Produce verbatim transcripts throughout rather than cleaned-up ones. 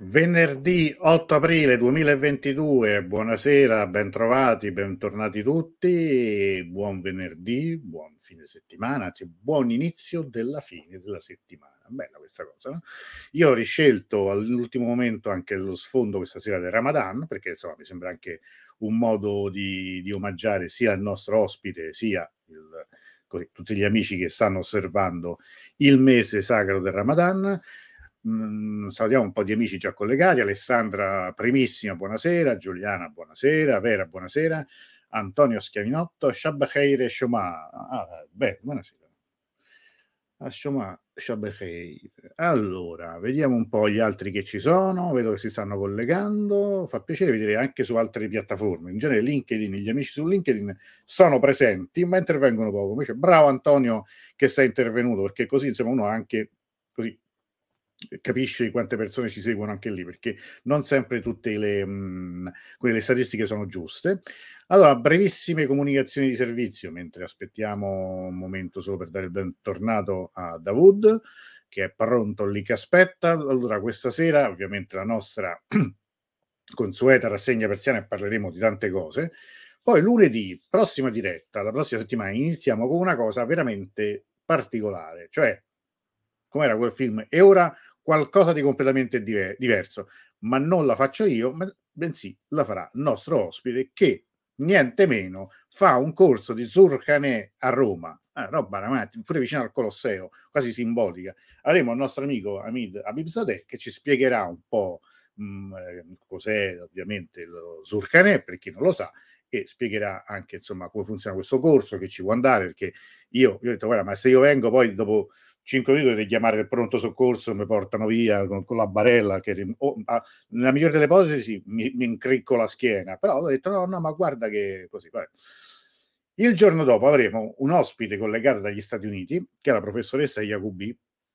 Venerdì otto aprile duemilaventidue, buonasera, bentrovati, bentornati tutti, buon venerdì, buon fine settimana, anzi buon inizio della fine della settimana. Bella questa cosa, no? Io ho riscelto all'ultimo momento anche lo sfondo questa sera del Ramadan, perché insomma mi sembra anche un modo di, di omaggiare sia il nostro ospite, sia il, così, tutti gli amici che stanno osservando il mese sacro del Ramadan. Mm, salutiamo un po' di amici già collegati. Alessandra Primissima, buonasera. Giuliana, buonasera. Vera, buonasera. Antonio Schiavinotto, Shabbacheire Shoma. Ah, beh, buonasera. Shoma, Shabbacheire. Allora, vediamo un po' gli altri che ci sono. Vedo che si stanno collegando. Fa piacere vedere anche su altre piattaforme. In genere LinkedIn, gli amici su LinkedIn sono presenti, ma intervengono poco. Invece, bravo Antonio che sei intervenuto, perché così insomma uno anche così capisce quante persone ci seguono anche lì, perché non sempre tutte le, mh, quelle statistiche sono giuste. Allora, brevissime comunicazioni di servizio, mentre aspettiamo un momento solo per dare il bentornato a Davud, che è pronto lì che aspetta. Allora, questa sera, ovviamente, la nostra consueta rassegna persiana e parleremo di tante cose. Poi lunedì, prossima diretta, la prossima settimana, iniziamo con una cosa veramente particolare, cioè, com'era quel film? E ora qualcosa di completamente diver- diverso, ma non la faccio io, ma bensì la farà il nostro ospite che niente meno fa un corso di Zurkhaneh a Roma, eh, roba avanti, pure vicino al Colosseo, quasi simbolica. Avremo il nostro amico Hamid Habibzadeh che ci spiegherà un po' mh, cos'è ovviamente lo Zurkhaneh, per chi non lo sa, e spiegherà anche insomma come funziona questo corso, che ci può andare, perché io, io ho detto guarda, ma se io vengo poi dopo cinque minuti devi chiamare il pronto soccorso, mi portano via con, con la barella che oh, ah, nella migliore delle ipotesi mi, mi incricco la schiena, però ho detto no, no, ma guarda che così, vabbè. Il giorno dopo avremo un ospite collegato dagli Stati Uniti, che è la professoressa Jacobi,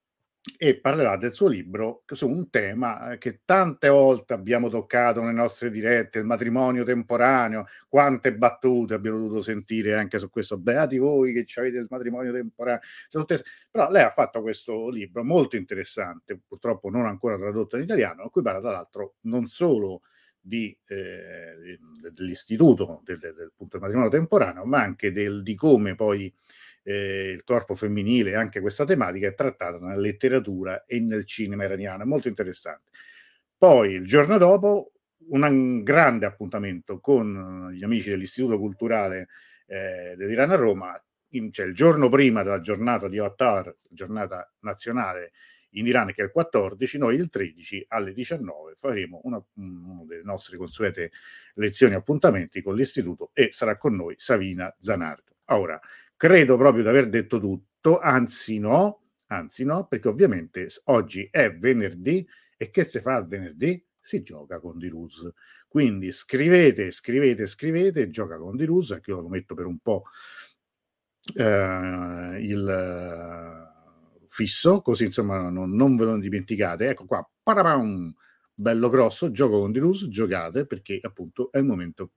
e parlerà del suo libro su un tema che tante volte abbiamo toccato nelle nostre dirette, il matrimonio temporaneo, quante battute abbiamo dovuto sentire anche su questo, beati voi che avete il matrimonio temporaneo, però lei ha fatto questo libro molto interessante, purtroppo non ancora tradotto in italiano, a cui parla tra l'altro non solo di, eh, dell'istituto del, del, del, del matrimonio temporaneo, ma anche del, di come poi eh, il corpo femminile, anche questa tematica è trattata nella letteratura e nel cinema iraniano, è molto interessante. Poi il giorno dopo un grande appuntamento con gli amici dell'Istituto Culturale eh, dell'Iran a Roma, in, cioè il giorno prima della giornata di Attar, giornata nazionale in Iran, che è il quattordici, noi il tredici alle diciannove faremo una, una delle nostre consuete lezioni e appuntamenti con l'Istituto e sarà con noi Savina Zanardo. Ora, credo proprio di aver detto tutto, anzi no, anzi no, perché ovviamente oggi è venerdì e che si fa il venerdì? Si gioca con Dirus. Quindi scrivete, scrivete, scrivete, gioca con Dirus, anche io lo metto per un po' eh, il uh, fisso, così insomma non, non ve lo dimenticate. Ecco qua, parapam, bello grosso, gioco con Dirus, giocate perché appunto è il momento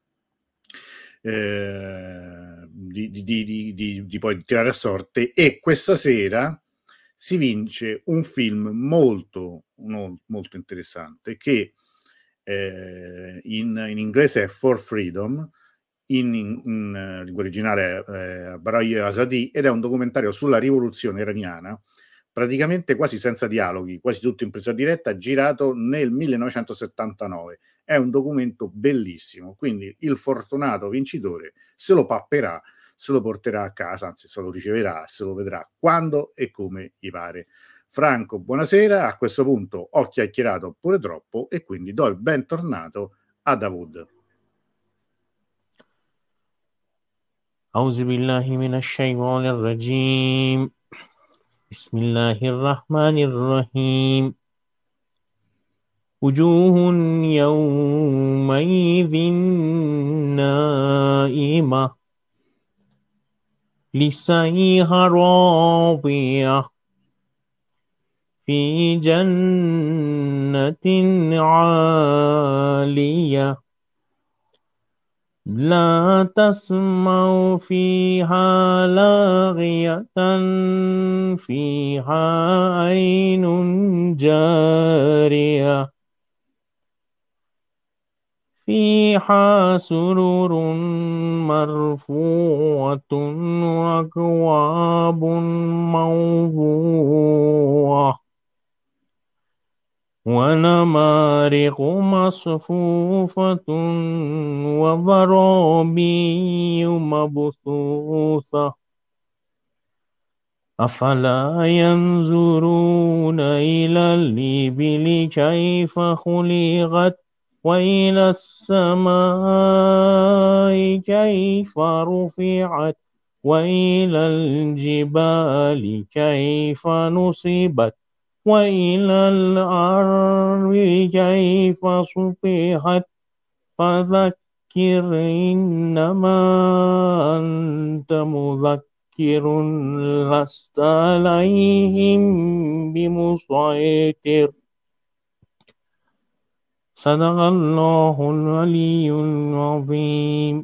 Eh, di, di, di, di, di poi tirare a sorte, e questa sera si vince un film molto, no, molto interessante che eh, in, in inglese è For Freedom, in, in, in lingua originale è eh, Barai Azadi, ed è un documentario sulla rivoluzione iraniana, praticamente quasi senza dialoghi, quasi tutto in presa diretta, girato nel millenovecentosettantanove. È un documento bellissimo, quindi il fortunato vincitore se lo papperà, se lo porterà a casa, anzi se lo riceverà, se lo vedrà quando e come gli pare. Franco, buonasera. A questo punto ho chiacchierato pure troppo e quindi do il bentornato a Davud. أعوذ بالله من الشيطان الرجيم بسم الله الرحمن الرحيم وجوه يومئذ نائمة لسعيها راضية في جنة عالية لا تسمع فيها لاغية فيها عين جارية فيها سرر مرفوعة وأكواب موضوعة ونمارق مصفوفة وزرابي مبثوثة أفلا ينظرون إلى الإبل كيف خلقت وإلى السماء كيف رفعت وإلى الجبال كيف نصبت وإلى الأرض كيف سطحت فذكر إنما أنت مذكر لست عليهم بمسيطر صدق الله العلي العظيم.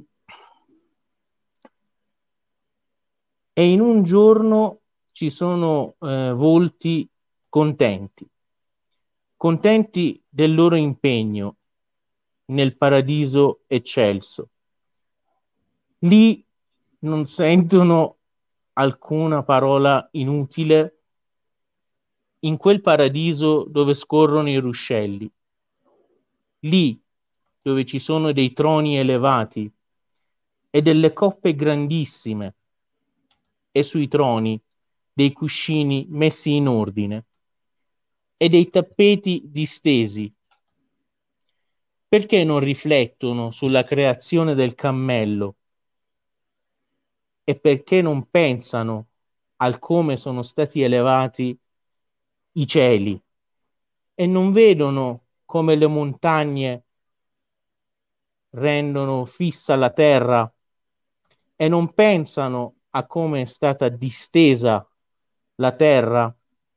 E in un giorno ci sono eh, volti contenti, contenti del loro impegno nel paradiso eccelso. Lì non sentono alcuna parola inutile in quel paradiso dove scorrono i ruscelli, lì dove ci sono dei troni elevati e delle coppe grandissime e sui troni dei cuscini messi in ordine e dei tappeti distesi. Perché non riflettono sulla creazione del cammello e perché non pensano al come sono stati elevati i cieli e non vedono come le montagne rendono fissa la terra e non pensano a come è stata distesa la terra?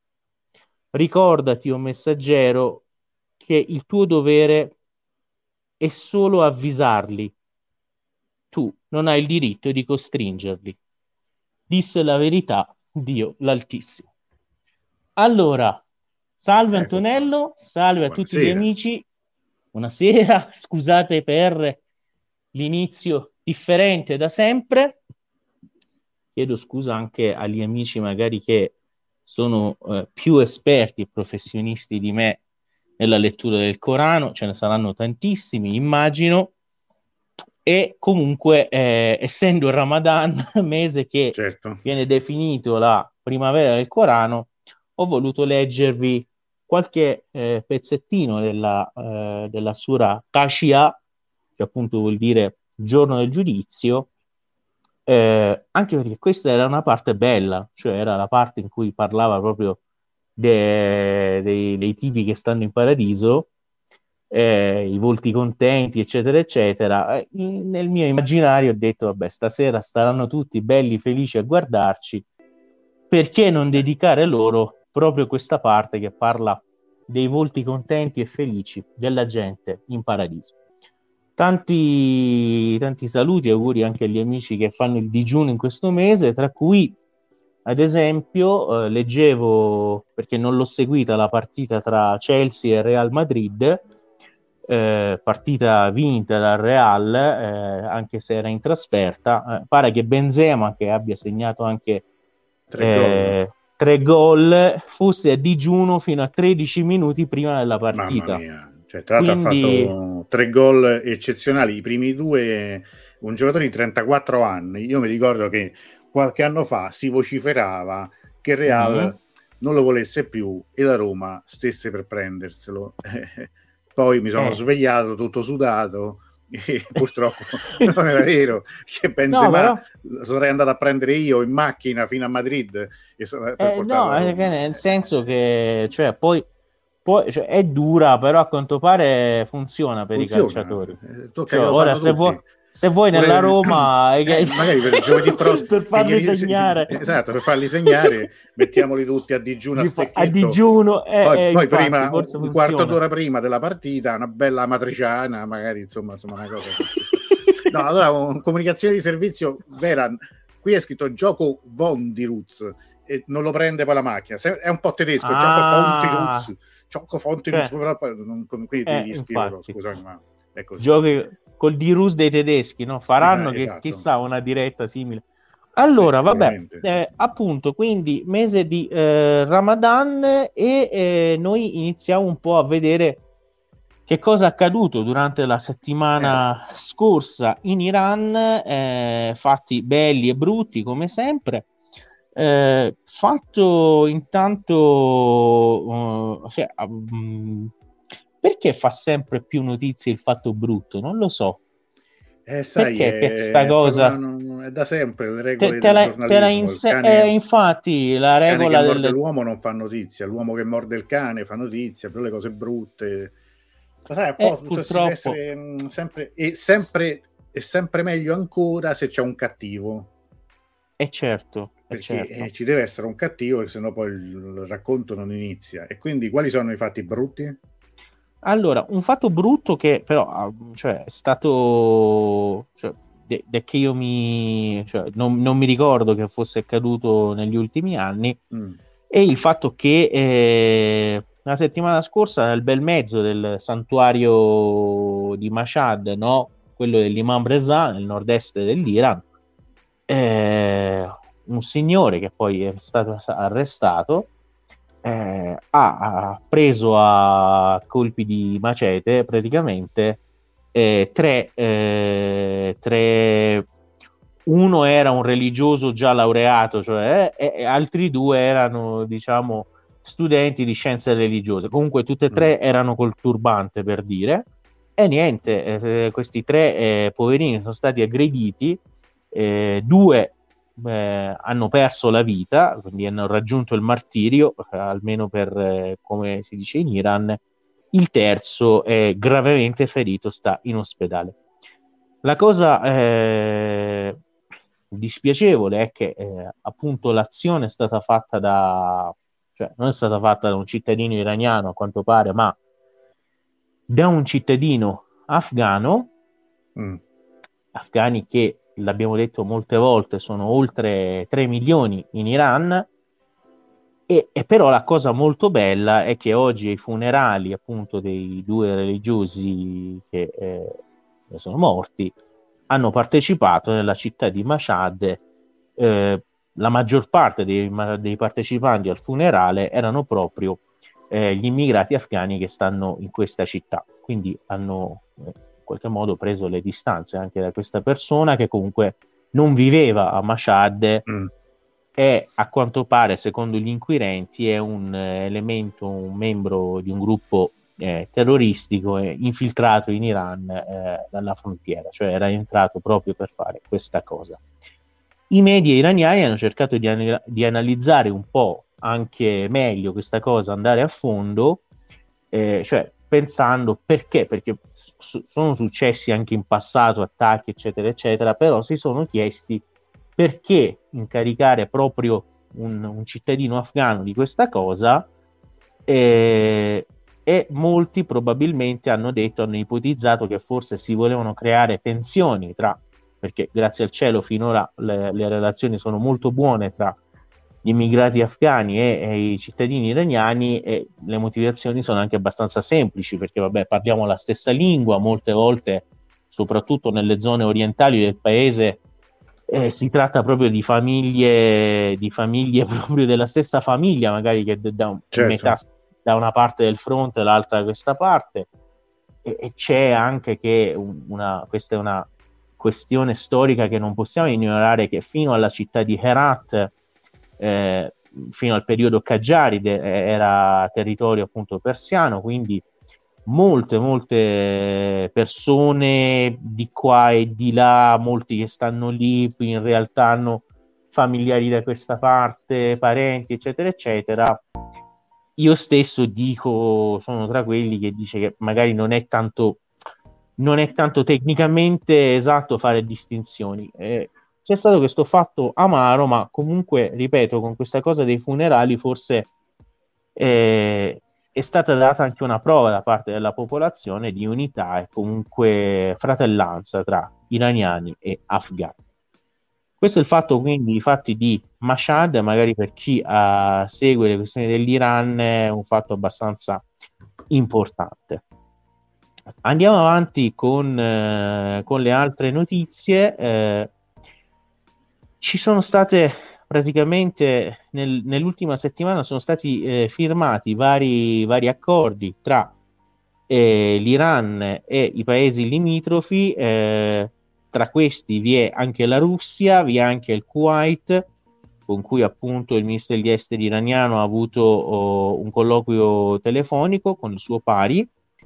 Ricordati, o messaggero, che il tuo dovere è solo avvisarli. Tu non hai il diritto di costringerli. Disse la verità Dio l'Altissimo. Allora, salve Ecco Antonello, qua. salve a tutti gli Buonasera. amici. Buonasera, scusate per l'inizio differente da sempre. Chiedo scusa anche agli amici magari che sono eh, più esperti e professionisti di me nella lettura del Corano, ce ne saranno tantissimi, immagino, e comunque eh, essendo il Ramadan, mese che Certo. viene definito la primavera del Corano, ho voluto leggervi qualche eh, pezzettino della, eh, della sura Qashia, che appunto vuol dire giorno del giudizio, eh, anche perché questa era una parte bella, cioè era la parte in cui parlava proprio de- dei, dei tipi che stanno in paradiso, eh, i volti contenti, eccetera, eccetera. Eh, in- nel mio immaginario ho detto, vabbè, stasera staranno tutti belli felici a guardarci, perché non dedicare loro proprio questa parte che parla dei volti contenti e felici della gente in paradiso. Tanti, tanti saluti e auguri anche agli amici che fanno il digiuno in questo mese, tra cui ad esempio eh, leggevo, perché non l'ho seguita, la partita tra Chelsea e Real Madrid, eh, partita vinta dal Real, eh, anche se era in trasferta. Eh, pare che Benzema, che abbia segnato anche Tre eh, gol. tre gol, fosse a digiuno fino a tredici minuti prima della Mamma partita. mia. Cioè, tra l'altro Quindi, ha fatto tre gol eccezionali, i primi due, un giocatore di trentaquattro anni. Io mi ricordo che qualche anno fa si vociferava che il Real mm, non lo volesse più e la Roma stesse per prenderselo. Poi mi sono eh. svegliato tutto sudato e purtroppo non era vero, che No, Benzema però, sarei andato a prendere io in macchina fino a Madrid e so- per eh, portarlo no, a eh, che Roma. nel senso Eh, che, cioè, poi, poi cioè, è dura, però a quanto pare funziona per i funziona, calciatori. eh, tocca Cioè, che lo ora, fanno se vuoi, tutti. se vuoi nella Pure, Roma, eh, eh, magari per giovedì prossimo, per che farli glieli, se- segnare, esatto, per farli segnare, mettiamoli tutti a digiuno a li fa- a stecchetto. digiuno, eh, Poi, eh, poi infatti, prima, forse un quarto funziona. d'ora prima della partita, una bella amatriciana, magari insomma, insomma una cosa che ci sta. No, allora, un- comunicazione di servizio vera. Qui è scritto gioco von di Ruz e non lo prende poi la macchina. Se- È un po' tedesco, gioco Fonti Ah, Ruz, gioco Fonti Ruz, cioè, però poi non- quindi eh, devi scriverlo, infatti. scusami, ma è così. Giochi col Dirus dei tedeschi, no? Faranno Eh, che esatto. chissà una diretta simile. Allora, Sì, vabbè, sicuramente. eh, appunto, quindi mese di eh, Ramadan e eh, noi iniziamo un po' a vedere che cosa è accaduto durante la Eh, settimana scorsa in Iran, eh, fatti belli e brutti come sempre. Eh, fatto intanto, eh, cioè, mm, perché fa sempre più notizie il fatto brutto? Non lo so. eh, sai, Perché che sta è, proprio una- cosa non- è da sempre le te, regole te del la, te la giornalismo. Il inse- eh, cane, infatti la il cane che regola morde del l'uomo non fa notizia, l'uomo che morde il cane fa notizia, però le cose brutte. Ma sai, un eh, po' cioè, si deve purtroppo essere mh, sempre e sempre è sempre meglio ancora se c'è un cattivo. è certo, è Perché certo. eh, ci deve essere un cattivo, se no poi il, il racconto non inizia. E quindi quali sono i fatti brutti? Allora, un fatto brutto che però ah, cioè, è stato cioè, de- de che io mi cioè, non, non mi ricordo che fosse accaduto negli ultimi anni Mm. è il fatto che eh, la settimana scorsa nel bel mezzo del santuario di Mashhad, no? Quello dell'Imam Reza nel nord-est dell'Iran, eh, un signore che poi è stato arrestato eh, ha, ha preso a colpi di macete praticamente eh, tre, eh, tre uno era un religioso già laureato, cioè, eh, e altri due erano, diciamo, studenti di scienze religiose. Comunque tutte e Mm. tre erano col turbante, per dire. E niente, eh, questi tre eh, poverini sono stati aggrediti, eh, due eh, hanno perso la vita, quindi hanno raggiunto il martirio, eh, almeno per eh, come si dice in Iran. Il terzo è gravemente ferito, sta in ospedale. La cosa eh, dispiacevole è che eh, appunto l'azione è stata fatta da, cioè non è stata fatta da un cittadino iraniano a quanto pare, ma da un cittadino afgano, Mm. afghani che l'abbiamo detto molte volte sono oltre tre milioni in Iran. E, e però la cosa molto bella è che oggi ai funerali appunto dei due religiosi che eh, sono morti hanno partecipato nella città di Mashhad. Eh, la maggior parte dei, dei partecipanti al funerale erano proprio eh, gli immigrati afghani che stanno in questa città, quindi hanno eh, in qualche modo preso le distanze anche da questa persona che comunque non viveva a Mashhad Mm. e a quanto pare, secondo gli inquirenti, è un eh, elemento, un membro di un gruppo eh, terroristico eh, infiltrato in Iran eh, dalla frontiera, cioè era entrato proprio per fare questa cosa. I media iraniani hanno cercato di, an- di analizzare un po' anche meglio questa cosa, andare a fondo, eh, cioè pensando perché, perché s- sono successi anche in passato attacchi, eccetera, eccetera, però si sono chiesti perché incaricare proprio un, un cittadino afghano di questa cosa eh, e molti probabilmente hanno detto, hanno ipotizzato che forse si volevano creare tensioni tra, perché grazie al cielo finora le, le relazioni sono molto buone tra gli immigrati afghani e, e i cittadini iraniani e le motivazioni sono anche abbastanza semplici perché vabbè parliamo la stessa lingua, molte volte soprattutto nelle zone orientali del paese eh, si tratta proprio di famiglie, di famiglie proprio della stessa famiglia, magari che da un- metà Certo. da una parte del fronte e l'altra da questa parte. E, e c'è anche che una, questa è una questione storica che non possiamo ignorare, che fino alla città di Herat, eh, fino al periodo Qajaride, eh, era territorio appunto persiano, quindi molte, molte persone di qua e di là, molti che stanno lì, in realtà hanno familiari da questa parte, parenti, eccetera, eccetera. Io stesso dico, sono tra quelli che dice che magari non è tanto, non è tanto tecnicamente esatto fare distinzioni. Eh, c'è stato questo fatto amaro, ma comunque, ripeto, con questa cosa dei funerali forse eh, è stata data anche una prova da parte della popolazione di unità e comunque fratellanza tra iraniani e afghani. Questo è il fatto, quindi, i fatti di Mashhad, magari per chi uh, segue le questioni dell'Iran, è un fatto abbastanza importante. Andiamo avanti con, eh, con le altre notizie. Eh, ci sono state praticamente nel- nell'ultima settimana sono stati eh, firmati vari, vari accordi tra eh, l'Iran e i paesi limitrofi. Eh, tra questi vi è anche la Russia, vi è anche il Kuwait, con cui appunto il ministro degli esteri iraniano ha avuto oh, un colloquio telefonico con il suo pari.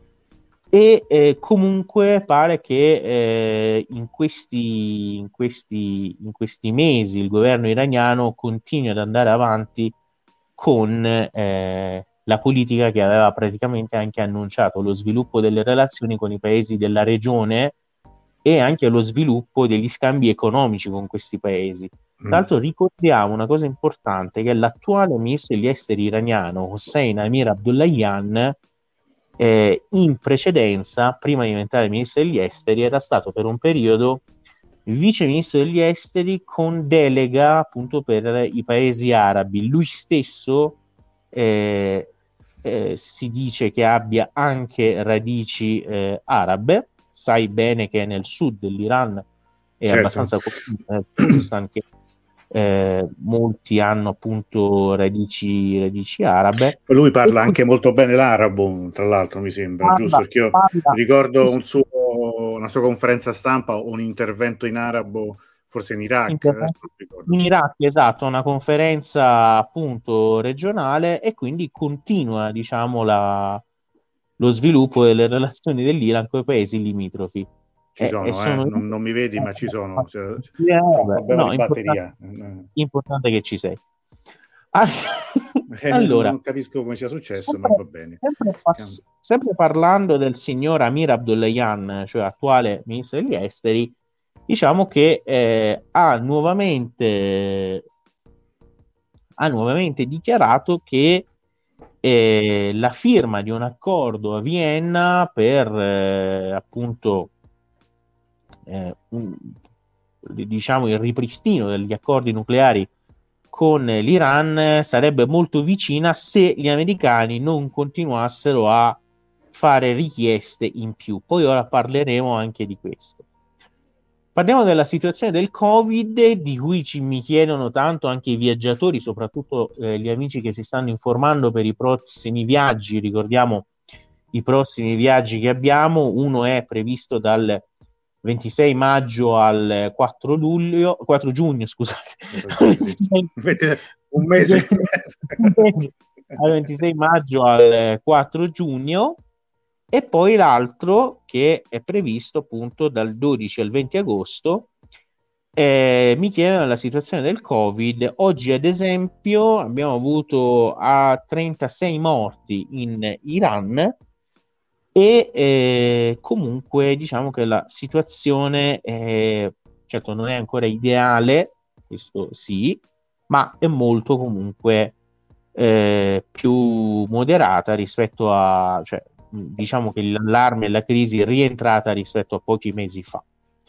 E eh, comunque pare che eh, in questi, in questi, in questi mesi il governo iraniano continui ad andare avanti con eh, la politica che aveva praticamente anche annunciato, lo sviluppo delle relazioni con i paesi della regione e anche lo sviluppo degli scambi economici con questi paesi. Tra Mm. l'altro ricordiamo una cosa importante, che l'attuale ministro degli esteri iraniano, Hossein Amir Abdollahian, eh, in precedenza, prima di diventare ministro degli esteri, era stato per un periodo vice ministro degli esteri con delega appunto per i paesi arabi. Lui stesso eh, eh, si dice che abbia anche radici eh, arabe. Sai bene che nel sud dell'Iran è Certo. abbastanza comune, nel Kurdistan, che eh, molti hanno appunto radici, radici arabe. Lui E parla anche quindi molto bene l'arabo, tra l'altro, mi sembra, giusto? parla, Perché io parla, sì, ricordo sì, un suo, una sua conferenza stampa o un intervento in arabo, forse in Iraq, adesso intervento non ricordo. in Iraq, esatto, una conferenza appunto regionale, e quindi continua, diciamo, la, lo sviluppo delle relazioni dell'Iran con i paesi limitrofi. Ci E, e sono, eh? sono Non, non mi vedi, ma ci sono. Cioè, eh, c'ho un vabbè, problema no, di importante, batteria. Eh, importante che ci sei. Ah, eh, allora, non capisco come sia successo, ma sempre, va bene. sempre pass- sempre parlando del signor Amir Abdollahian, cioè attuale ministro degli esteri, diciamo che eh, ha nuovamente, ha nuovamente dichiarato che eh, la firma di un accordo a Vienna per eh, appunto eh, un- diciamo il ripristino degli accordi nucleari con l'Iran sarebbe molto vicina se gli americani non continuassero a fare richieste in più. Poi ora parleremo anche di questo. Parliamo della situazione del Covid, di cui ci, mi chiedono tanto anche i viaggiatori, soprattutto eh, gli amici che si stanno informando per i prossimi viaggi. Ricordiamo i prossimi viaggi che abbiamo. Uno è previsto dal ventisei maggio al quattro luglio, quattro giugno, scusate, Ragione, sì. Avete un mese e mezzo. al ventisei maggio al quattro giugno, e poi l'altro che è previsto appunto dal dodici al venti agosto. Eh, mi chiedono la situazione del Covid. Oggi, ad esempio, abbiamo avuto a trentasei morti in Iran, e eh, comunque diciamo che la situazione è, certo, non è ancora ideale, questo sì, ma è molto comunque eh, più moderata rispetto a, cioè, diciamo che l'allarme e la crisi è rientrata rispetto a pochi mesi fa.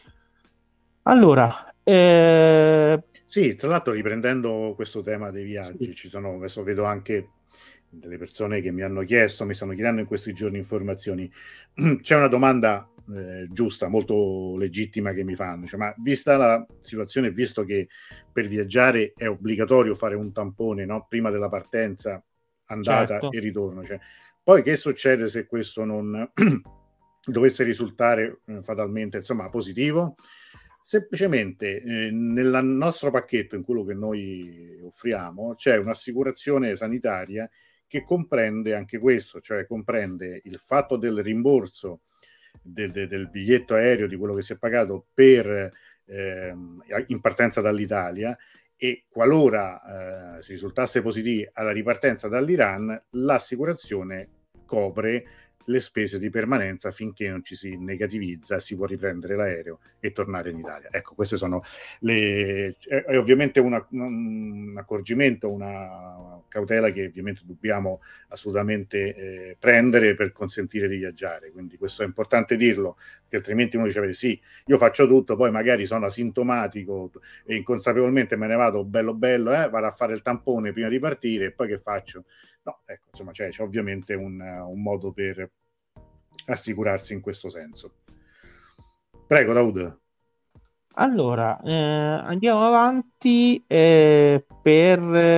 Allora, eh, Sì, tra l'altro riprendendo questo tema dei sì, viaggi, ci sono, adesso vedo anche delle persone che mi hanno chiesto, mi stanno chiedendo in questi giorni informazioni. C'è una domanda eh, giusta, molto legittima che mi fanno, cioè, ma vista la situazione, visto che per viaggiare è obbligatorio fare un tampone, no? Prima della partenza, andata certo. e ritorno, cioè, poi che succede se questo non dovesse risultare eh, fatalmente, insomma, positivo? Semplicemente eh, nel nostro pacchetto, in quello che noi offriamo, c'è un'assicurazione sanitaria che comprende anche questo, cioè comprende il fatto del rimborso del, del, del biglietto aereo, di quello che si è pagato per ehm, in partenza dall'Italia, e qualora eh, si risultasse positivi alla ripartenza dall'Iran, l'assicurazione copre le spese di permanenza finché non ci si negativizza, si può riprendere l'aereo e tornare in Italia. Ecco, queste sono le... è, è ovviamente una, un accorgimento, una cautela che ovviamente dobbiamo assolutamente eh, prendere per consentire di viaggiare. Quindi questo è importante dirlo, perché altrimenti uno dice sì, io faccio tutto, poi magari sono asintomatico e inconsapevolmente me ne vado bello bello, eh, vado a fare il tampone prima di partire e poi che faccio? No, ecco, insomma, c'è, c'è ovviamente un, un modo per assicurarsi in questo senso. Prego, Daud. Allora, eh, andiamo avanti eh, per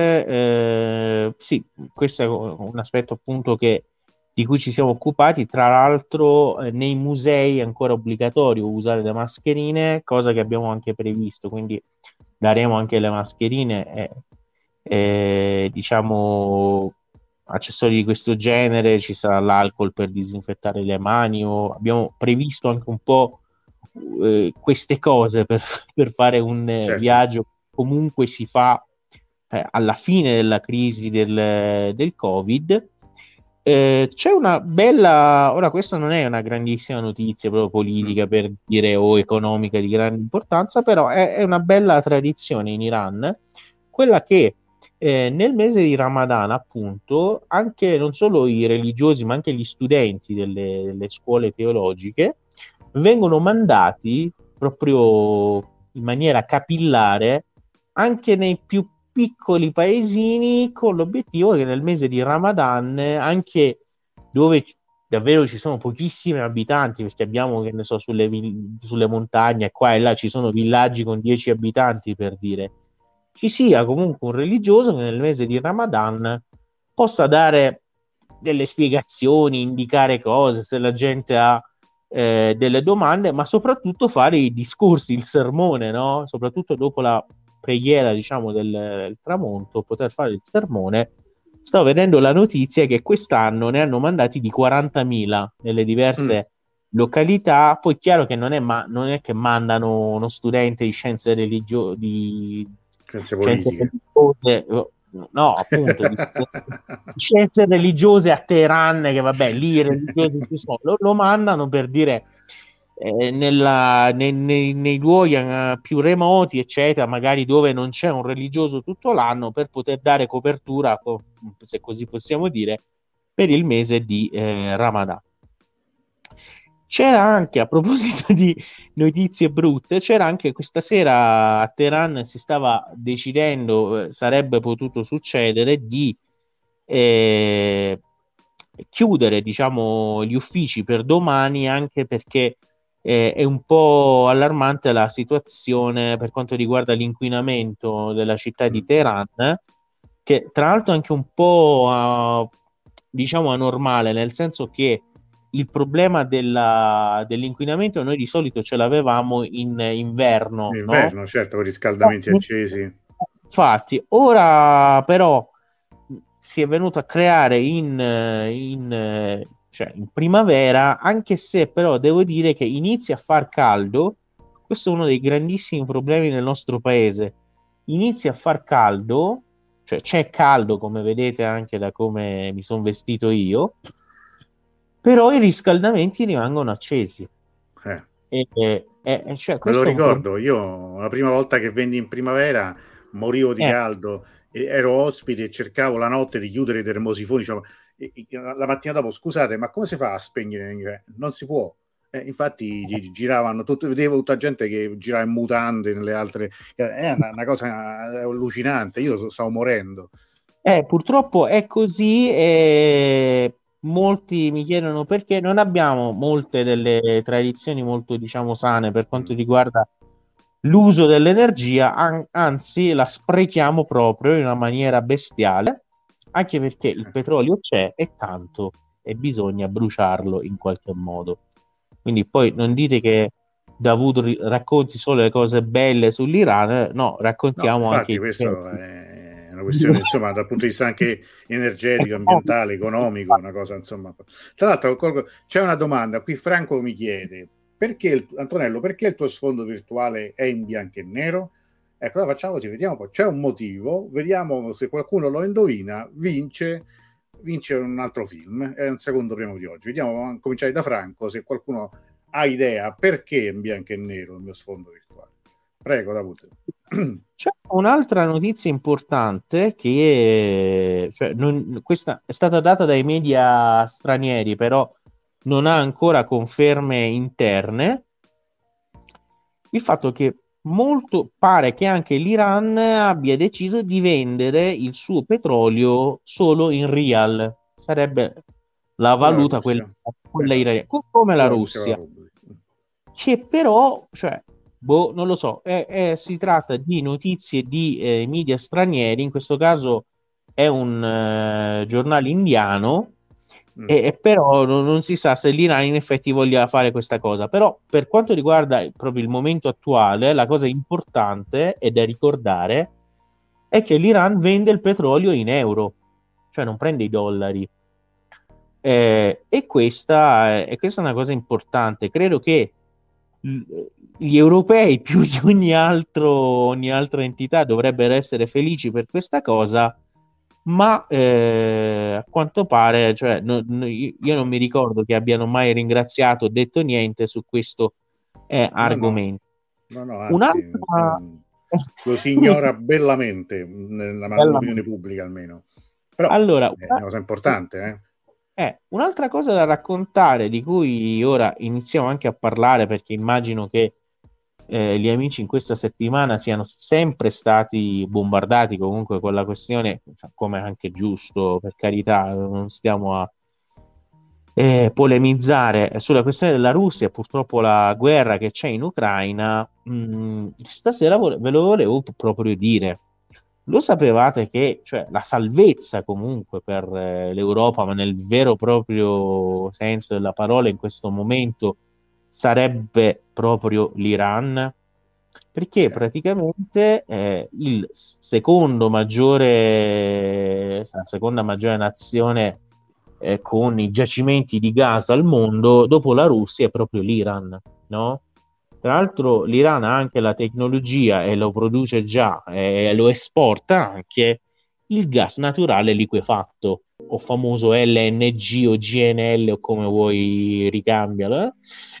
eh, sì, questo è un aspetto appunto che, di cui ci siamo occupati. Tra l'altro, eh, nei musei è ancora obbligatorio usare le mascherine, cosa che abbiamo anche previsto, quindi daremo anche le mascherine e eh, diciamo accessori di questo genere. Ci sarà l'alcol per disinfettare le mani, o abbiamo previsto anche un po' eh, queste cose per, per fare un eh, Certo. viaggio. Comunque si fa eh, alla fine della crisi del, del Covid. Eh, c'è una bella, ora questa non è una grandissima notizia proprio politica Mm. per dire o economica di grande importanza, però è, è una bella tradizione in Iran, quella che eh, nel mese di Ramadan, appunto, anche non solo i religiosi, ma anche gli studenti delle, delle scuole teologiche vengono mandati proprio in maniera capillare anche nei più piccoli paesini, con l'obiettivo che nel mese di Ramadan, anche dove davvero ci sono pochissimi abitanti, perché abbiamo, che ne so, sulle, sulle montagne qua e là ci sono villaggi con dieci abitanti, per dire, ci sia comunque un religioso che nel mese di Ramadan possa dare delle spiegazioni, indicare cose, se la gente ha eh, delle domande, ma soprattutto fare i discorsi, il sermone, no? Soprattutto dopo la preghiera, diciamo, del, del tramonto, poter fare il sermone. Stavo vedendo la notizia che quest'anno ne hanno mandati di quarantamila nelle diverse Mm. località. Poi chiaro che non è, ma, non è che mandano uno studente di scienze religiose, di Scienze scienze politiche. religiose, no, appunto, di scienze religiose a Teheran, che vabbè, lì i religiosi ci sono, lo, lo mandano per dire eh, nella, nei, nei, nei luoghi eh, più remoti, eccetera, magari dove non c'è un religioso tutto l'anno, per poter dare copertura, se così possiamo dire, per il mese di eh, Ramadan. C'era anche, a proposito di notizie brutte, c'era anche questa sera a Teheran, si stava decidendo, eh, sarebbe potuto succedere, di eh, chiudere, diciamo, gli uffici per domani, anche perché eh, è un po' allarmante la situazione per quanto riguarda l'inquinamento della città di Mm. Teheran, che tra l'altro è anche un po' uh, diciamo anormale, nel senso che il problema della, dell'inquinamento noi di solito ce l'avevamo in inverno, no? Inverno, certo, con riscaldamenti accesi. Infatti, ora però si è venuto a creare in, in, cioè in primavera, anche se però devo dire che inizia a far caldo. Questo è uno dei grandissimi problemi nel nostro paese. Inizia a far caldo, cioè c'è caldo, come vedete anche da come mi sono vestito io, però i riscaldamenti rimangono accesi. Eh. E, e- e- cioè, Me lo questo è un problema. ricordo, io la prima volta che vendi in primavera morivo di Eh, caldo, e ero ospite e cercavo la notte di chiudere i termosifoni, diciamo, e- e- la mattina dopo, scusate, ma come si fa a spegnere? Non si può. Eh, infatti gi- giravano, tutto, vedevo tutta gente che girava in mutande nelle altre, è una, una cosa allucinante, io stavo morendo. eh, purtroppo è così, e molti mi chiedono perché non abbiamo molte delle tradizioni molto, diciamo, sane per quanto Mm. riguarda l'uso dell'energia, an- anzi la sprechiamo proprio in una maniera bestiale, anche perché il petrolio c'è e tanto, e bisogna bruciarlo in qualche modo. Quindi poi non dite che Davud ri- racconti solo le cose belle sull'Iran, eh, no, No, raccontiamo anche infatti i questo difetti. è una questione, insomma, dal punto di vista anche energetico, ambientale, economico, una cosa, insomma. Tra l'altro, colgo- c'è una domanda, qui Franco mi chiede, perché il, Antonello, perché il tuo sfondo virtuale è in bianco e nero? Ecco, allora facciamo così, vediamo poi, c'è un motivo, vediamo se qualcuno lo indovina, vince, vince un altro film, è un secondo premio di oggi. Vediamo, a cominciare da Franco, se qualcuno ha idea perché è in bianco e nero il mio sfondo virtuale. Prego, Davute. C'è un'altra notizia importante che cioè, non- questa è stata data dai media stranieri, però non ha ancora conferme interne. Il fatto che molto pare che anche l'Iran abbia deciso di vendere il suo petrolio solo in rial, sarebbe la Come la valuta quella Russia. quella esatto. iraniana, come la, la Russia, Russia che però, cioè, boh, non lo so, è, è, si tratta di notizie di eh, media stranieri, in questo caso è un eh, giornale indiano, mm. e, e però non, non si sa se l'Iran in effetti voglia fare questa cosa. Però per quanto riguarda proprio il momento attuale, la cosa importante e da ricordare è che l'Iran vende il petrolio in euro, cioè non prende i dollari. Eh, e, questa, e questa è una cosa importante. Credo che gli europei più di ogni, altro, ogni altra entità dovrebbero essere felici per questa cosa, ma eh, a quanto pare, cioè, no, no, io non mi ricordo che abbiano mai ringraziato o detto niente su questo eh, no, argomento. no, no, no, anzi, Un'altra... lo si ignora bellamente nella, nell'opinione pubblica almeno, però allora, è una cosa importante, eh. Eh, un'altra cosa da raccontare, di cui ora iniziamo anche a parlare, perché immagino che eh, gli amici in questa settimana siano sempre stati bombardati comunque con la questione, cioè, come anche giusto, per carità, non stiamo a eh, polemizzare sulla questione della Russia, purtroppo la guerra che c'è in Ucraina. Mh, stasera vo- ve lo volevo proprio dire. Lo sapevate che, cioè, la salvezza comunque per eh, l'Europa, ma nel vero proprio senso della parola in questo momento, sarebbe proprio l'Iran? Perché praticamente eh, il secondo maggiore, la seconda maggiore nazione eh, con i giacimenti di gas al mondo, dopo la Russia, è proprio l'Iran, no? Tra l'altro l'Iran ha anche la tecnologia e lo produce già e lo esporta anche il gas naturale liquefatto, o famoso L N G o G N L o come vuoi ricambialo. Eh?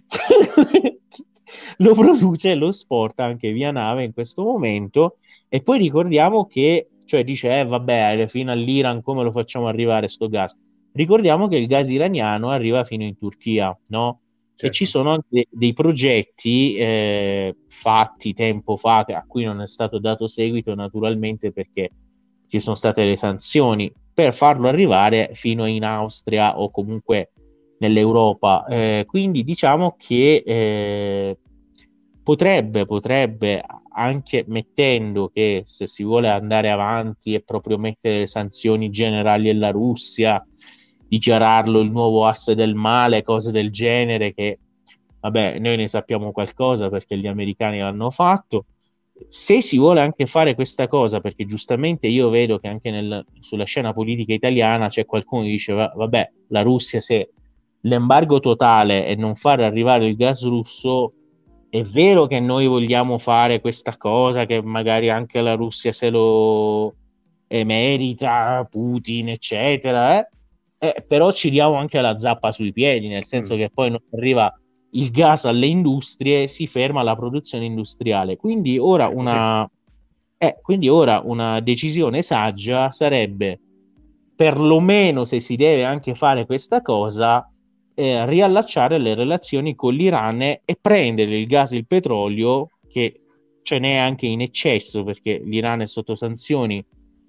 Lo produce e lo esporta anche via nave in questo momento. E poi ricordiamo che, cioè dice, eh, vabbè, fino all'Iran come lo facciamo arrivare sto gas? Ricordiamo che il gas iraniano arriva fino in Turchia, no? Certo. E ci sono anche dei progetti eh, fatti tempo fa, a cui non è stato dato seguito naturalmente perché ci sono state le sanzioni, per farlo arrivare fino in Austria o comunque nell'Europa. Eh, quindi diciamo che eh, potrebbe, potrebbe, anche mettendo che se si vuole andare avanti e proprio mettere le sanzioni generali alla Russia, dichiararlo il nuovo asse del male, cose del genere, che vabbè, noi ne sappiamo qualcosa perché gli americani l'hanno fatto. Se si vuole anche fare questa cosa, perché giustamente io vedo che anche nel, sulla scena politica italiana c'è qualcuno che dice vabbè, la Russia, se l'embargo totale e non far arrivare il gas russo, è vero che noi vogliamo fare questa cosa, che magari anche la Russia se lo merita, Putin eccetera, eh? Eh, però ci diamo anche la zappa sui piedi, nel senso mm. che poi non arriva il gas alle industrie, si ferma la produzione industriale. Quindi ora una, eh, quindi ora una decisione saggia sarebbe, perlomeno se si deve anche fare questa cosa, eh, riallacciare le relazioni con l'Iran e prendere il gas e il petrolio, che ce n'è anche in eccesso perché l'Iran è sotto sanzioni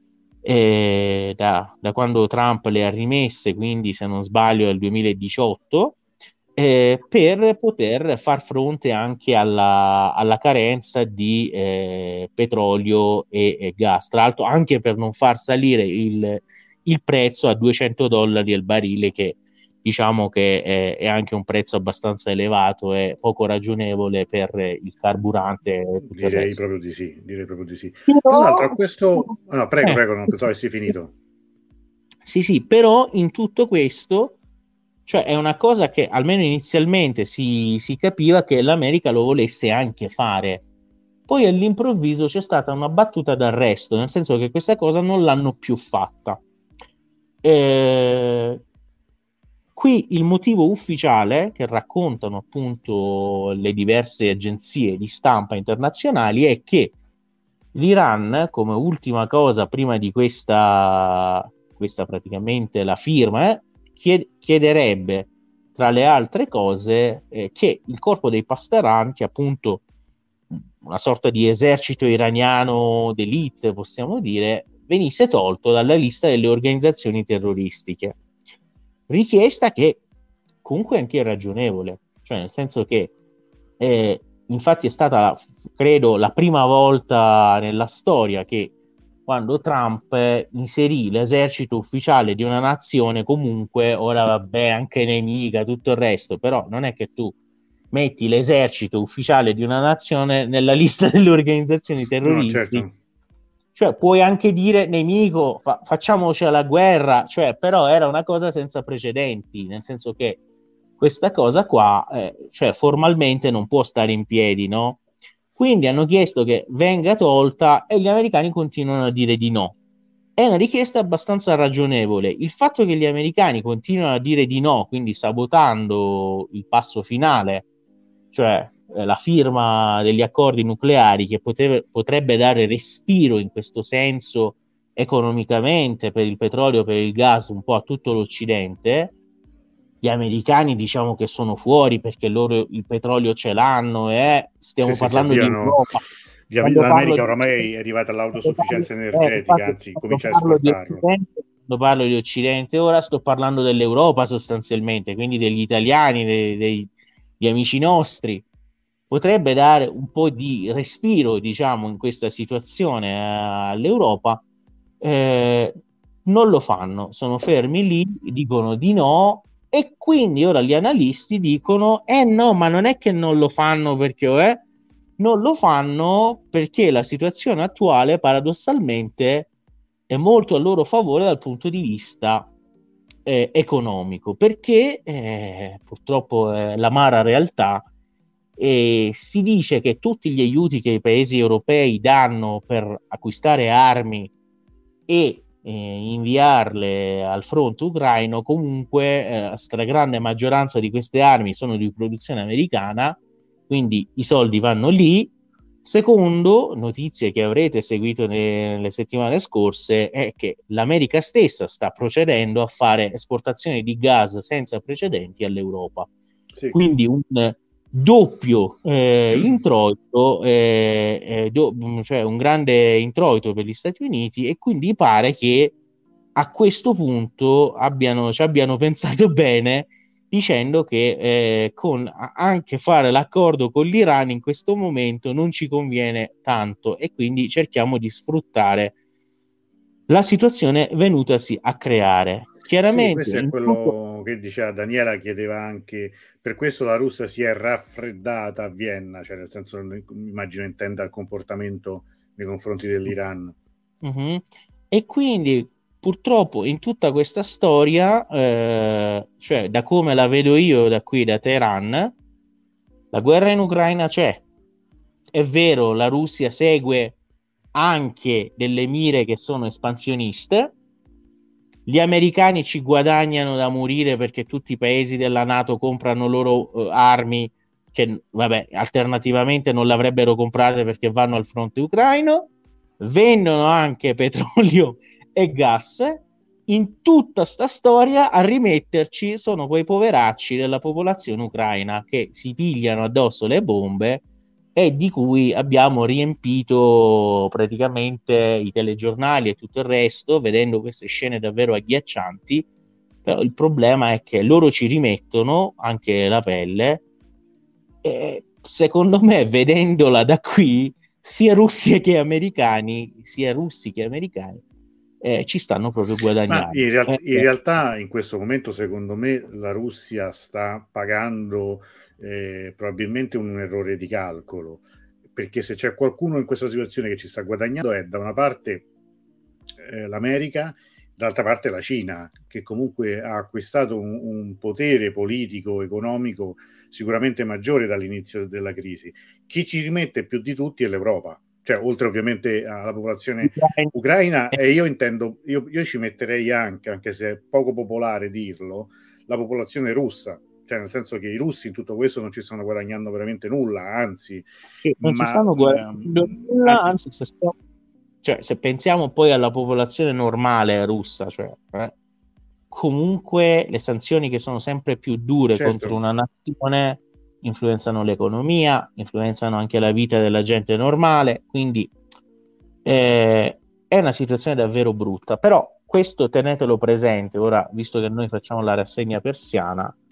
eh, da, da quando Trump le ha rimesse, quindi se non sbaglio è il duemiladiciotto, eh, per poter far fronte anche alla, alla carenza di eh, petrolio e, e gas, tra l'altro anche per non far salire il, il prezzo a duecento dollari al barile, che diciamo che è, è anche un prezzo abbastanza elevato e poco ragionevole per il carburante e tutto il direi resto. proprio di sì, direi proprio di sì. Però... Tra l'altro questo... No, prego, eh. prego, non pensavo avessi finito. Sì, sì, però in tutto questo, cioè è una cosa che almeno inizialmente si, si capiva che l'America lo volesse anche fare. Poi all'improvviso c'è stata una battuta d'arresto, nel senso che questa cosa non l'hanno più fatta. Eh, qui il motivo ufficiale che raccontano appunto le diverse agenzie di stampa internazionali è che l'Iran, come ultima cosa prima di questa, questa praticamente la firma, eh, chied- chiederebbe tra le altre cose eh, che il corpo dei Pasdaran, che è appunto una sorta di esercito iraniano d'élite, possiamo dire, venisse tolto dalla lista delle organizzazioni terroristiche. Richiesta che comunque anche irragionevole, cioè nel senso che eh, infatti è stata, credo, la prima volta nella storia che quando Trump eh, inserì l'esercito ufficiale di una nazione, comunque, ora vabbè, anche nemica, tutto il resto, però non è che tu metti l'esercito ufficiale di una nazione nella lista delle organizzazioni No, terroristiche. certo. Cioè, puoi anche dire nemico, fa- facciamoci la guerra, cioè, però era una cosa senza precedenti, nel senso che questa cosa qua, eh, cioè, formalmente non può stare in piedi, no? Quindi hanno chiesto che venga tolta e gli americani continuano a dire di no. È una richiesta abbastanza ragionevole. Il fatto che gli americani continuano a dire di no, quindi sabotando il passo finale, cioè eh, la firma degli accordi nucleari che poteva, potrebbe dare respiro in questo senso economicamente per il petrolio, per il gas, un po' a tutto l'Occidente. Gli americani diciamo che sono fuori perché loro il petrolio ce l'hanno e stiamo Sì, sì, si parlando di avviano. Europa. gli am- Quando parlo L'America di oramai è arrivata quando parlo, all'autosufficienza eh, energetica, infatti, anzi, quando comincia a parlo di esportarlo. Occidente, quando parlo di Occidente, ora sto parlando dell'Europa sostanzialmente, quindi degli italiani, dei, dei- degli amici nostri. Potrebbe dare un po' di respiro, diciamo, in questa situazione eh, all'Europa. Eh, Non lo fanno, sono fermi lì, dicono di no, e quindi ora gli analisti dicono: eh no, ma non è che non lo fanno perché eh, non lo fanno perché la situazione attuale paradossalmente è molto a loro favore dal punto di vista eh, economico, perché eh, purtroppo è l'amara realtà. E si dice che tutti gli aiuti che i paesi europei danno per acquistare armi e eh, inviarle al fronte ucraino, comunque eh, la stragrande maggioranza di queste armi sono di produzione americana, quindi i soldi vanno lì. Secondo notizie che avrete seguito nelle settimane scorse è che l'America stessa sta procedendo a fare esportazioni di gas senza precedenti all'Europa. Sì. Quindi un doppio eh, introito, eh, eh, do, cioè un grande introito per gli Stati Uniti, e quindi pare che a questo punto abbiano, ci abbiano pensato bene dicendo che eh, con anche fare l'accordo con l'Iran in questo momento non ci conviene tanto, e quindi cerchiamo di sfruttare la situazione venutasi a creare. Sì, Chiaramente questo è in tutto. quello che diceva Daniela, chiedeva anche, per questo la Russia si è raffreddata a Vienna, cioè nel senso, immagino intenda il comportamento nei confronti dell'Iran. Uh-huh. E quindi purtroppo in tutta questa storia, eh, cioè da come la vedo io da qui da Teheran, la guerra in Ucraina c'è. È vero, la Russia segue anche delle mire che sono espansioniste. Gli americani ci guadagnano da morire perché tutti i paesi della NATO comprano loro eh, armi che, vabbè, alternativamente non le avrebbero comprate perché vanno al fronte ucraino. Vendono anche petrolio e gas. In tutta sta storia a rimetterci sono quei poveracci della popolazione ucraina che si pigliano addosso le bombe e di cui abbiamo riempito praticamente i telegiornali e tutto il resto, vedendo queste scene davvero agghiaccianti. Però il problema è che loro ci rimettono anche la pelle, e secondo me, vedendola da qui, sia russi che americani, sia russi che americani, eh, ci stanno proprio Ma guadagnando. in, real- Eh, in realtà in questo momento, secondo me, la Russia sta pagando eh, probabilmente un errore di calcolo, perché se c'è qualcuno in questa situazione che ci sta guadagnando è da una parte eh, l'America, d'altra parte la Cina, che comunque ha acquistato un, un potere politico, economico sicuramente maggiore dall'inizio della crisi. Chi ci rimette più di tutti è l'Europa, cioè oltre ovviamente alla popolazione ucraina, e io intendo, io, io ci metterei anche, anche se è poco popolare dirlo, la popolazione russa, cioè nel senso che i russi in tutto questo non ci stanno guadagnando veramente nulla, anzi, non ci ma stanno guadagnando ehm, nulla, anzi, anzi, se, stiamo, cioè, se pensiamo poi alla popolazione normale russa, cioè, eh, comunque le sanzioni che sono sempre più dure contro certo. una nazione influenzano l'economia, influenzano anche la vita della gente normale, quindi eh, è una situazione davvero brutta. Però questo tenetelo presente, ora, visto che noi facciamo la rassegna persiana,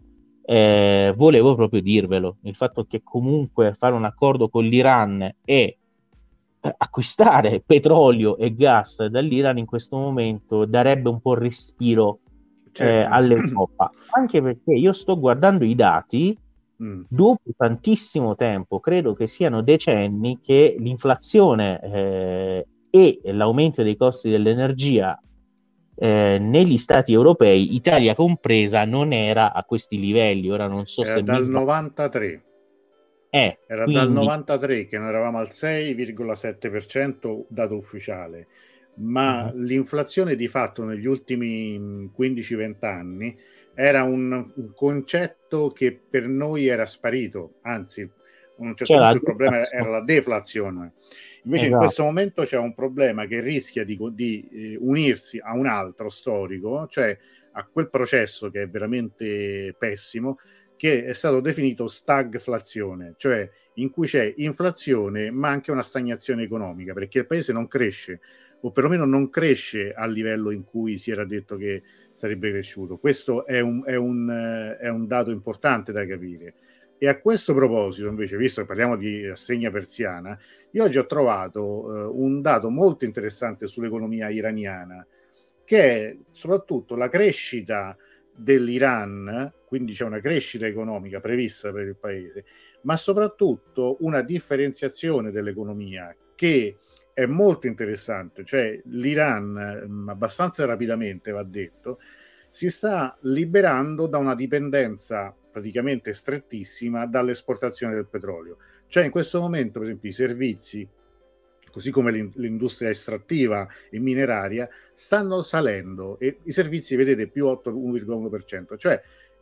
eh, volevo proprio dirvelo, il fatto che comunque fare un accordo con l'Iran e eh, acquistare petrolio e gas dall'Iran in questo momento darebbe un po' respiro eh, Certo. all'Europa, anche perché io sto guardando i dati. Mm. Dopo tantissimo tempo, credo che siano decenni, che l'inflazione eh, e l'aumento dei costi dell'energia eh, negli stati europei, Italia compresa, non era a questi livelli. Ora non so Era se mi dal sbaglio. novantatré. Eh, Era dal quindi novantatré che noi eravamo al sei virgola sette per cento dato ufficiale, ma mhm, l'inflazione di fatto negli ultimi quindici venti anni era un, un concetto che per noi era sparito, anzi a un certo c'era la punto il problema era deflazione. la deflazione. Invece in Esatto. questo momento c'è un problema che rischia di, di eh, unirsi a un altro storico, cioè a quel processo che è veramente pessimo, che è stato definito stagflazione, cioè in cui c'è inflazione ma anche una stagnazione economica, perché il paese non cresce, o perlomeno non cresce al livello in cui si era detto che sarebbe cresciuto. Questo è un, è un, eh, è un dato importante da capire. E a questo proposito, invece, visto che parliamo di assegna persiana, io oggi ho trovato eh, un dato molto interessante sull'economia iraniana, che è soprattutto la crescita dell'Iran, quindi c'è una crescita economica prevista per il paese, ma soprattutto una differenziazione dell'economia che è molto interessante, cioè l'Iran abbastanza rapidamente, va detto, si sta liberando da una dipendenza praticamente strettissima dall'esportazione del petrolio. Cioè in questo momento, per esempio, i servizi, così come l'industria estrattiva e mineraria, stanno salendo e i servizi, vedete, più otto virgola uno per cento, cioè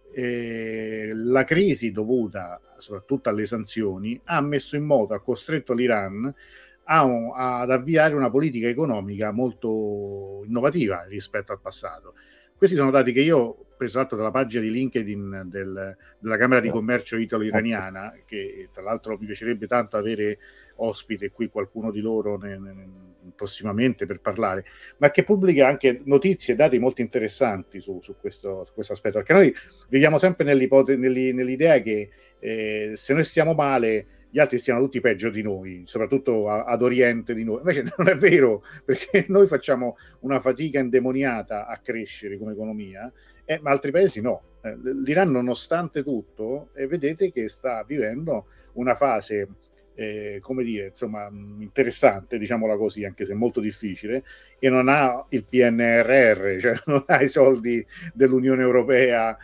eh, la crisi dovuta soprattutto alle sanzioni ha messo in moto, ha costretto l'Iran a, ad avviare una politica economica molto innovativa rispetto al passato. Questi sono dati che io ho preso atto dalla pagina di LinkedIn del, della Camera di Commercio italo-iraniana, che tra l'altro mi piacerebbe tanto avere ospite qui qualcuno di loro ne, ne, prossimamente per parlare, ma che pubblica anche notizie e dati molto interessanti su, su, questo, su questo aspetto, perché noi viviamo sempre nell'idea che eh, se noi stiamo male gli altri stiano tutti peggio di noi, soprattutto a, ad oriente di noi. Invece non è vero, perché noi facciamo una fatica indemoniata a crescere come economia, eh, ma altri paesi no. Eh, L'Iran, nonostante tutto, eh, vedete che sta vivendo una fase, eh, come dire, insomma, interessante, diciamola così, anche se molto difficile, e non ha il P N R R, cioè non ha i soldi dell'Unione Europea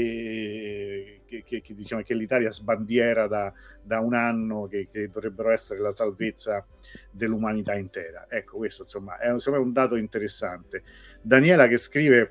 che, che, che, che, diciamo, che l'Italia sbandiera da, da un anno, che, che dovrebbero essere la salvezza dell'umanità intera. Ecco, questo insomma è, insomma, un dato interessante. Daniela che scrive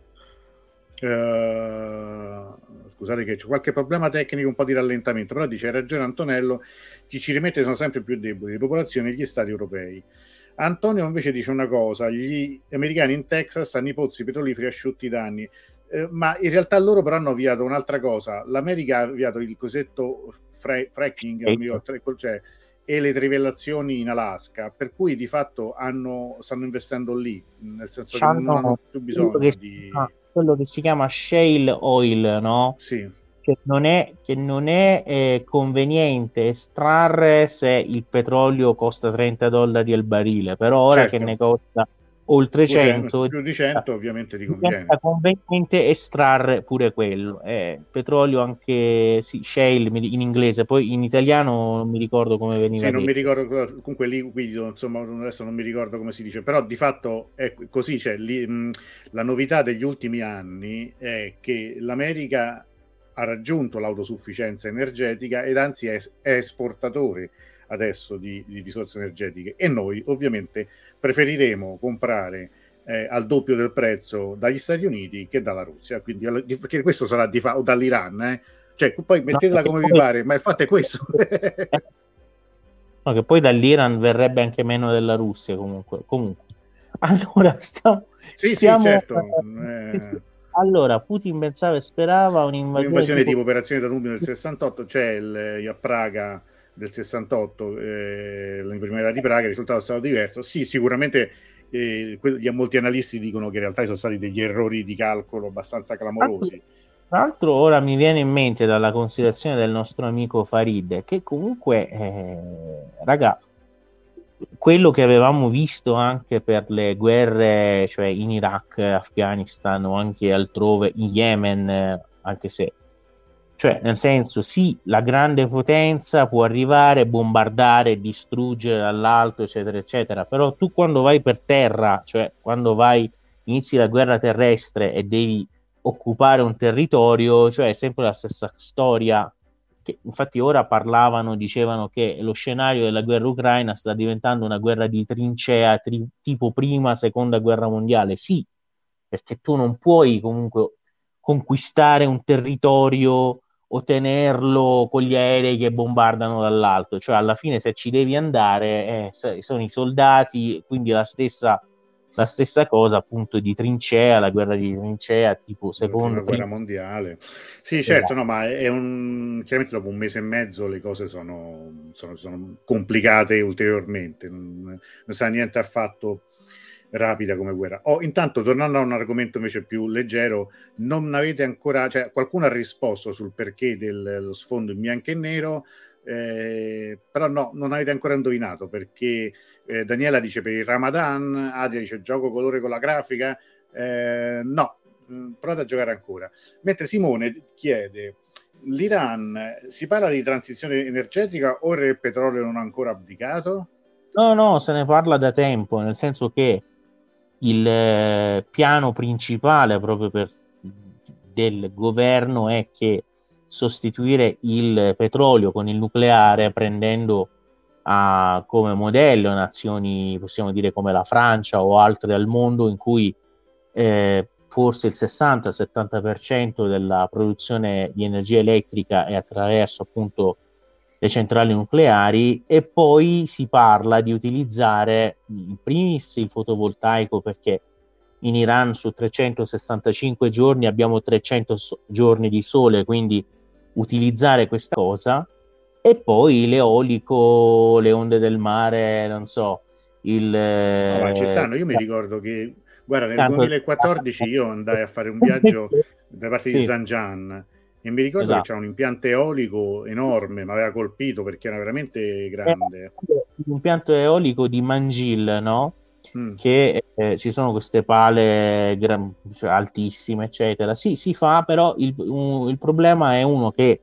Uh, scusate che c'è qualche problema tecnico, un po' di rallentamento, però dice: hai ragione Antonello, chi ci rimette sono sempre più deboli, le popolazioni e gli stati europei. Antonio invece dice una cosa: gli americani in Texas hanno i pozzi petroliferi asciutti da anni, eh, ma in realtà loro però hanno avviato un'altra cosa. L'America ha avviato il cosiddetto fra- fracking, cioè, e le trivellazioni in Alaska, per cui di fatto hanno, stanno investendo lì, nel senso che non hanno più bisogno di... quello che si chiama shale oil, no? Sì. Che non è, che non è eh, conveniente estrarre se il petrolio costa trenta dollari al barile, però ora che Certo. ne costa oltre cento, più di cento ovviamente ti conviene. Diventa conveniente estrarre pure quello. Eh, petrolio anche sì, shale in inglese, poi in italiano non mi ricordo come veniva Sì, non mi detto. ricordo, comunque liquido, insomma, adesso non mi ricordo come si dice, però di fatto è così, cioè, li, mh, la novità degli ultimi anni è che l'America ha raggiunto l'autosufficienza energetica ed anzi è, è esportatore adesso di, di risorse energetiche, e noi ovviamente preferiremo comprare eh, al doppio del prezzo dagli Stati Uniti che dalla Russia, quindi perché questo sarà di fa- o dall'Iran, eh? Cioè, poi mettetela No, come poi, vi pare, ma il fatto è questo. no, che poi dall'Iran verrebbe anche meno della Russia comunque. Comunque. Allora, stiamo, Sì, sì, stiamo certo. eh, Eh, allora, Putin pensava e sperava un'invasione un'invasione tipo tipo Operazione Danubio del sessantotto, c'è il, a Praga del sessantotto, eh, la primavera di Praga, il risultato è stato diverso. Sì, sicuramente eh, molti analisti dicono che in realtà ci sono stati degli errori di calcolo abbastanza clamorosi. Tra l'altro ora mi viene in mente dalla considerazione del nostro amico Farid che comunque, eh, raga, quello che avevamo visto anche per le guerre, cioè in Iraq, Afghanistan o anche altrove, in Yemen, eh, anche se, cioè nel senso, sì, la grande potenza può arrivare, bombardare, distruggere dall'alto, eccetera, eccetera, però tu quando vai per terra, cioè quando vai, inizi la guerra terrestre e devi occupare un territorio, cioè è sempre la stessa storia. Che infatti ora parlavano, dicevano che lo scenario della guerra ucraina sta diventando una guerra di trincea tri- tipo prima, seconda guerra mondiale. Sì, perché tu non puoi comunque conquistare un territorio o tenerlo con gli aerei che bombardano dall'alto, cioè alla fine se ci devi andare eh, sono i soldati, quindi la stessa, la stessa cosa appunto di trincea, la guerra di trincea tipo La prima secondo, guerra prima, mondiale. Sì, certo, esatto. no, ma è un... chiaramente dopo un mese e mezzo le cose sono, sono, sono complicate ulteriormente, non, non sa niente affatto rapida come guerra. Oh, intanto, tornando a un argomento invece più leggero, non avete ancora, cioè qualcuno ha risposto sul perché dello sfondo in bianco e nero, eh, però no, non avete ancora indovinato perché eh, Daniela dice per il Ramadan, Adia dice gioco colore con la grafica, eh, no, provate a giocare ancora. Mentre Simone chiede, l'Iran, si parla di transizione energetica o il petrolio non ha ancora abdicato? No, no, se ne parla da tempo, nel senso che il eh, piano principale proprio per, del governo è che sostituire il petrolio con il nucleare, prendendo a, come modello nazioni, possiamo dire come la Francia o altre al mondo, in cui eh, forse il sessanta settanta per cento della produzione di energia elettrica è attraverso appunto le centrali nucleari, e poi si parla di utilizzare in primis il fotovoltaico, perché in Iran su trecentosessantacinque giorni abbiamo trecento so- giorni di sole, quindi utilizzare questa cosa, e poi l'eolico, le onde del mare, non so, il No, ma ci eh, stanno. Io mi ricordo che, guarda, nel tanto- duemilaquattordici io andai a fare un viaggio da parte di sì, Zanjan e mi ricordo che esatto. c'era un impianto eolico enorme, mi aveva colpito perché era veramente È grande. l'impianto eolico di Mangil, no? Mm. Che eh, ci sono queste pale gra- cioè, altissime, eccetera. Sì, si fa, però il, un- il problema è uno che,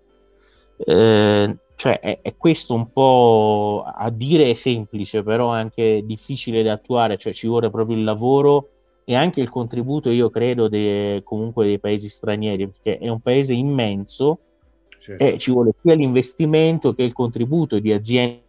eh, cioè, è, è questo un po' a dire è semplice, però è anche difficile da attuare, cioè ci vuole proprio il lavoro e anche il contributo, io credo, de- comunque dei paesi stranieri, perché è un paese immenso e Certo. ci vuole sia l'investimento che il contributo di aziende.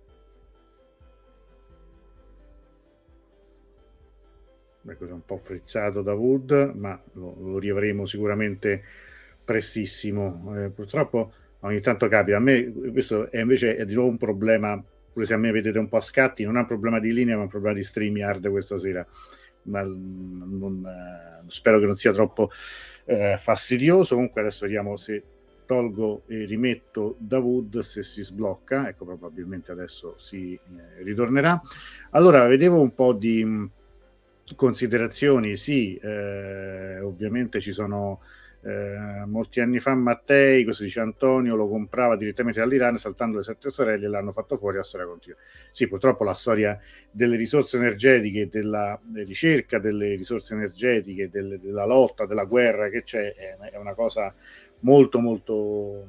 Ecco, sono un po' frizzato da Wood, ma lo, lo riavremo sicuramente prestissimo. Eh, purtroppo ogni tanto capita. A me questo è invece è di nuovo un problema, pure se a me vedete un po' a scatti, non è un problema di linea, ma un problema di StreamYard questa sera. Ma non, eh, spero che non sia troppo eh, fastidioso. Comunque adesso vediamo se tolgo e rimetto da Wood, se si sblocca. Ecco, probabilmente adesso si eh, ritornerà. Allora, vedevo un po' di considerazioni. Sì, eh, ovviamente ci sono eh, molti anni fa Mattei, questo dice Antonio, lo comprava direttamente dall'Iran saltando le sette sorelle e l'hanno fatto fuori, la storia continua. Sì, purtroppo la storia delle risorse energetiche, della ricerca delle risorse energetiche, del, della lotta, della guerra che c'è, è, è una cosa molto molto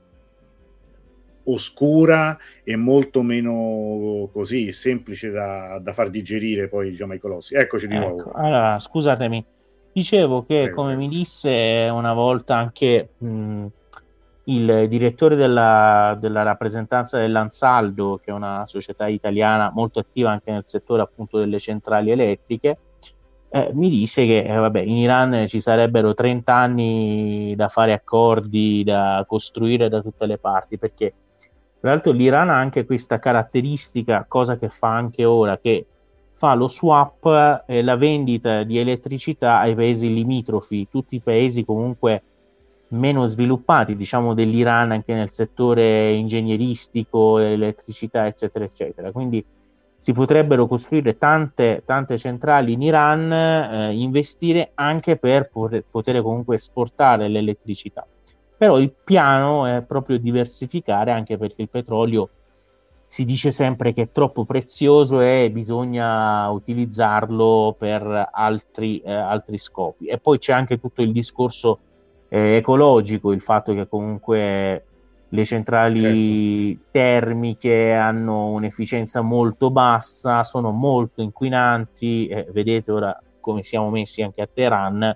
oscura e molto meno così semplice da, da far digerire poi, diciamo, ai colossi. Eccoci di Ecco, nuovo. allora, scusatemi, dicevo che Prego, come prego. mi disse una volta anche mh, il direttore della, della rappresentanza dell'Ansaldo, che è una società italiana molto attiva anche nel settore appunto delle centrali elettriche, eh, mi disse che eh, vabbè, in Iran ci sarebbero trenta anni da fare accordi, da costruire da tutte le parti, perché tra l'altro l'Iran ha anche questa caratteristica, cosa che fa anche ora, che fa lo swap e la vendita di elettricità ai paesi limitrofi, tutti i paesi comunque meno sviluppati, diciamo, dell'Iran anche nel settore ingegneristico, elettricità, eccetera, eccetera. Quindi si potrebbero costruire tante, tante centrali in Iran, eh, investire anche per poter, poter comunque esportare l'elettricità. Però il piano è proprio diversificare, anche perché il petrolio si dice sempre che è troppo prezioso e bisogna utilizzarlo per altri, eh, altri scopi. E poi c'è anche tutto il discorso eh, ecologico, il fatto che comunque le centrali Certo. termiche hanno un'efficienza molto bassa, sono molto inquinanti, eh, vedete ora come siamo messi anche a Teheran,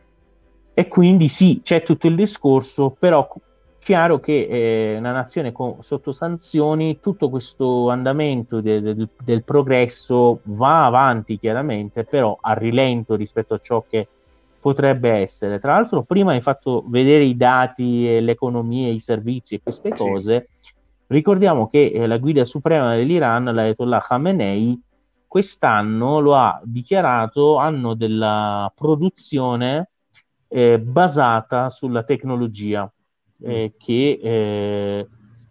e quindi sì, c'è tutto il discorso, però chiaro che eh, una nazione con, sotto sanzioni, tutto questo andamento de, de, del progresso va avanti chiaramente, però a rilento rispetto a ciò che potrebbe essere. Tra l'altro, prima hai fatto vedere i dati, e l'economia, i servizi e queste Sì. cose. Ricordiamo che eh, la guida suprema dell'Iran, l'Ayatollah Khamenei, quest'anno lo ha dichiarato anno della produzione eh, basata sulla tecnologia, Mm. eh, che eh,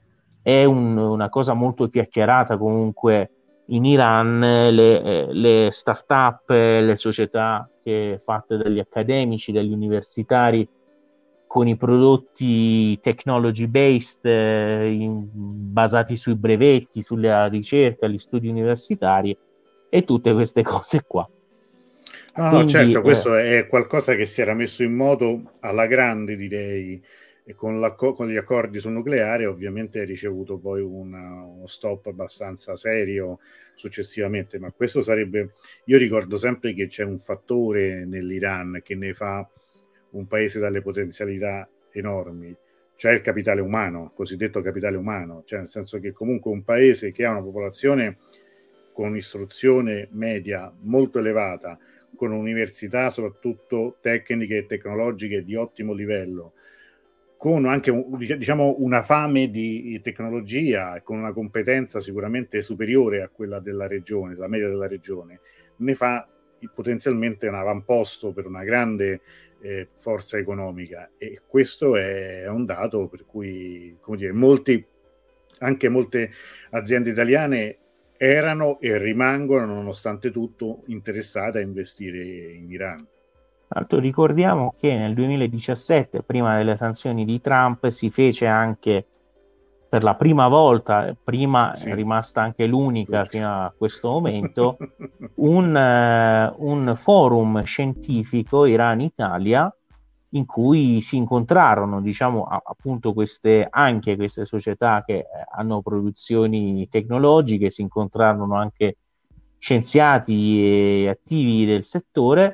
è un, una cosa molto chiacchierata comunque in Iran. Le, eh, le start-up, le società che, fatte dagli accademici, dagli universitari, con i prodotti technology based, eh, in, basati sui brevetti, sulla ricerca, gli studi universitari e tutte queste cose qua. No, no, Quindi certo, eh, questo è qualcosa che si era messo in moto alla grande, direi, e con, con gli accordi sul nucleare ovviamente ha ricevuto poi una, uno stop abbastanza serio successivamente, ma questo sarebbe, io ricordo sempre che c'è un fattore nell'Iran che ne fa un paese dalle potenzialità enormi, cioè il capitale umano, il cosiddetto capitale umano, cioè nel senso che comunque un paese che ha una popolazione con istruzione media molto elevata, con università soprattutto tecniche e tecnologiche di ottimo livello, con anche diciamo una fame di tecnologia e con una competenza sicuramente superiore a quella della regione, la media della regione, ne fa potenzialmente un avamposto per una grande eh, forza economica, e questo è un dato per cui, come dire, molti, anche molte aziende italiane erano e rimangono, nonostante tutto, interessate a investire in Iran. Tanto ricordiamo che nel duemiladiciassette, prima delle sanzioni di Trump, si fece anche per la prima volta, prima è Sì. rimasta anche l'unica fino a questo momento, un, uh, un forum scientifico Iran-Italia in cui si incontrarono, diciamo, appunto queste, anche queste società che hanno produzioni tecnologiche, si incontrarono anche scienziati e attivi del settore.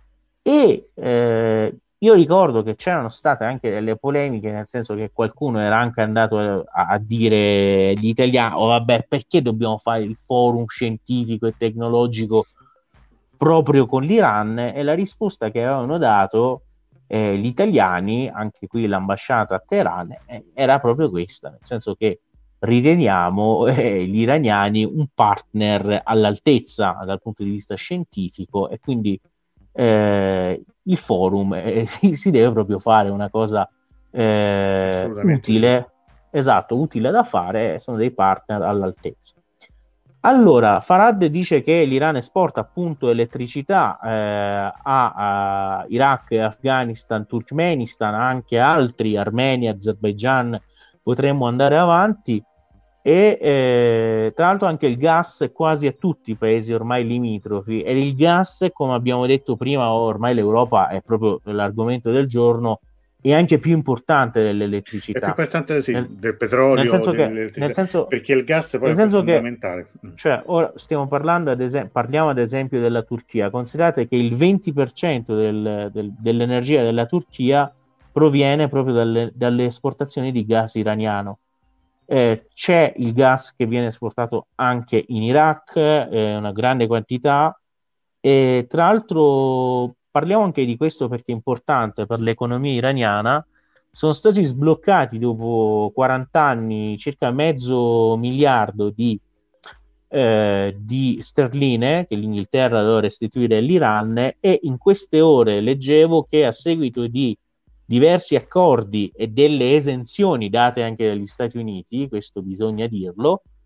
E eh, io ricordo che c'erano state anche delle polemiche, nel senso che qualcuno era anche andato a, a dire agli italiani: oh, vabbè, perché dobbiamo fare il forum scientifico e tecnologico proprio con l'Iran? E la risposta che avevano dato eh, gli italiani, anche qui l'ambasciata a Teheran, eh, era proprio questa, nel senso che riteniamo eh, gli iraniani un partner all'altezza dal punto di vista scientifico, e quindi eh, il forum eh, si, si deve proprio fare una cosa eh, utile, sì. Esatto, utile da fare, sono dei partner all'altezza. Allora, Farad dice che l'Iran esporta appunto elettricità eh, a, a Iraq, Afghanistan, Turkmenistan, anche altri, Armenia, Azerbaijan, potremmo andare avanti. E eh, tra l'altro anche il gas quasi a tutti i paesi ormai limitrofi, e il gas, come abbiamo detto prima, ormai l'Europa è proprio l'argomento del giorno, è anche più importante dell'elettricità. È più importante sì, nel, del petrolio, nel senso che, nel dell'elettricità, senso, perché il gas poi nel è poi senso che, fondamentale. cioè, ora stiamo parlando ad esempio, parliamo ad esempio della Turchia. Considerate che il venti per cento del, del, dell'energia della Turchia proviene proprio dalle, dalle esportazioni di gas iraniano. Eh, c'è il gas che viene esportato anche in Iraq, eh, una grande quantità, e tra l'altro parliamo anche di questo perché è importante per l'economia iraniana. Sono stati sbloccati dopo quaranta anni circa mezzo miliardo di, eh, di sterline che l'Inghilterra doveva restituire all'Iran, e in queste ore leggevo che a seguito di diversi accordi e delle esenzioni date anche dagli Stati Uniti, questo bisogna dirlo,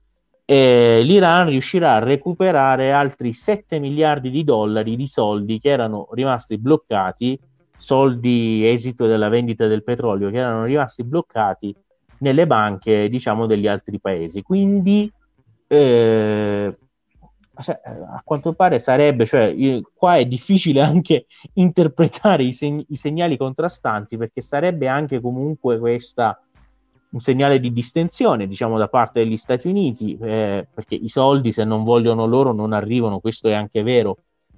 eh, l'Iran riuscirà a recuperare altri sette miliardi di dollari di soldi che erano rimasti bloccati, soldi esito della vendita del petrolio, che erano rimasti bloccati nelle banche, diciamo, degli altri paesi. Quindi eh, cioè, a quanto pare sarebbe, cioè, io, qua è difficile anche interpretare i, seg- i segnali contrastanti, perché sarebbe anche comunque questa un segnale di distensione, diciamo, da parte degli Stati Uniti, eh, perché i soldi, se non vogliono loro, non arrivano, questo è anche vero.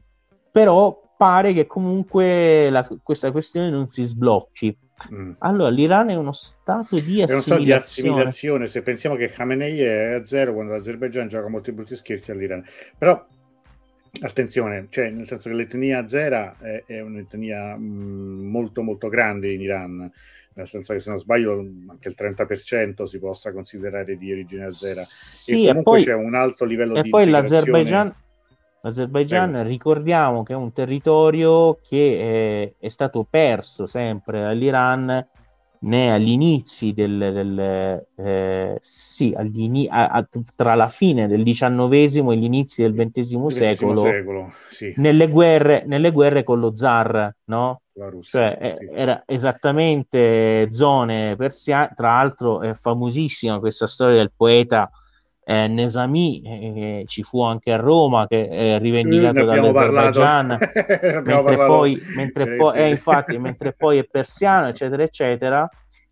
Però pare che comunque la, questa questione non si sblocchi. Mm. Allora, l'Iran è uno stato di assimilazione. È uno stato di assimilazione, se pensiamo che Khamenei è a zero quando l'Azerbaigian gioca molti brutti scherzi all'Iran. Però attenzione, cioè nel senso che l'etnia azera è, è un'etnia mh, molto molto grande in Iran, nel senso che, se non sbaglio, anche il trenta per cento si possa considerare di origine azera. Sì, e comunque e poi, c'è un alto livello e di poi integrazione. l'Azerbaigian, l'Azerbaigian eh. ricordiamo che è un territorio che è, è stato perso sempre all'Iran né agli inizi del, del eh, sì, agli, a, a, tra la fine del diciannovesimo e gli inizi del ventesimo secolo, secolo sì. nelle guerre, nelle guerre con lo zar, no? La Russia, cioè sì. era esattamente zone persiane. Tra l'altro è famosissima questa storia del poeta eh, Nesami, eh, ci fu anche a Roma, che è rivendicato dall'Azerbaigian, mentre poi, mentre poi eh, infatti, mentre poi è persiano, eccetera, eccetera.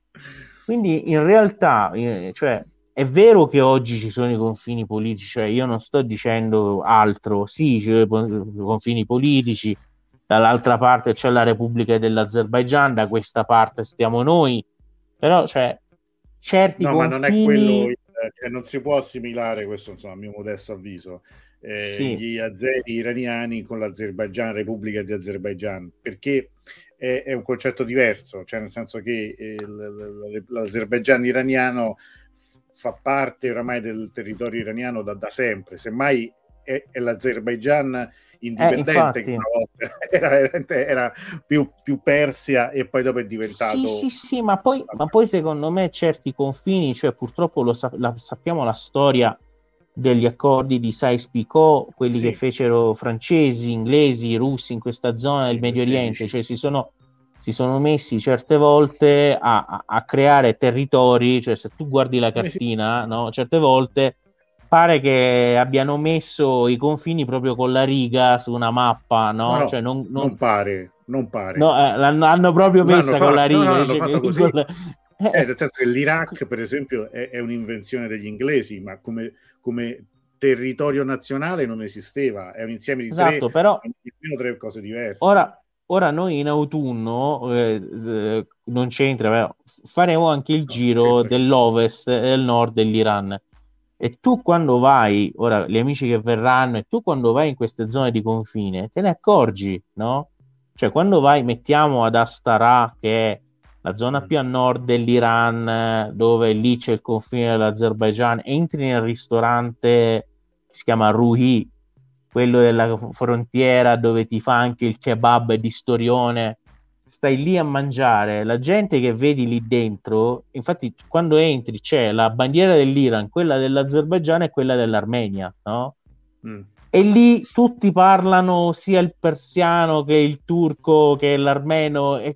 Quindi in realtà, eh, cioè, è vero che oggi ci sono i confini politici, cioè io non sto dicendo altro, sì, ci sono i confini politici, dall'altra parte c'è la Repubblica dell'Azerbaigian, da questa parte stiamo noi, però cioè certi no, confini... ma non è quello, cioè, non si può assimilare questo, insomma, a mio modesto avviso, eh, sì. gli azeri iraniani con l'Azerbaigian, Repubblica di Azerbaigian, perché è, è un concetto diverso, cioè nel senso che eh, l'Azerbaigian iraniano fa parte oramai del territorio iraniano da, da sempre, semmai è, è l'Azerbaigian indipendente, eh, che una volta era, era più, più Persia e poi dopo è diventato... Sì, sì, sì, ma poi, ma poi secondo me certi confini, cioè purtroppo lo sa- la, sappiamo la storia degli accordi di Sykes-Picot, quelli sì. che fecero francesi, inglesi, russi in questa zona sì, del Medio Oriente, cioè si sono, si sono messi certe volte a, a, a creare territori, cioè se tu guardi la cartina, no, certe volte pare che abbiano messo i confini proprio con la riga su una mappa, no? no, no cioè non, non... non pare, non pare. No, eh, l'hanno, hanno proprio messa l'hanno con la riga. No, no, dice, l'hanno fatto così. Con... Eh, nel senso che l'Iraq, per esempio, è, è un'invenzione degli inglesi, ma come, come territorio nazionale non esisteva. È un insieme di esatto, tre, però, almeno tre cose diverse. Ora, ora noi in autunno, eh, non c'entra, però, faremo anche il no, giro c'entra, dell'ovest e del nord dell'Iran. E tu quando vai, ora gli amici che verranno, e tu quando vai in queste zone di confine, te ne accorgi, no? Cioè quando vai, mettiamo ad Astara, che è la zona mm. più a nord dell'Iran, dove lì c'è il confine dell'Azerbaigian, entri nel ristorante che si chiama Ruhi, quello della frontiera dove ti fa anche il kebab di storione, stai lì a mangiare, la gente che vedi lì dentro, infatti quando entri c'è la bandiera dell'Iran, quella dell'Azerbaigian e quella dell'Armenia, no? Mm. E lì tutti parlano sia il persiano che il turco che l'armeno, e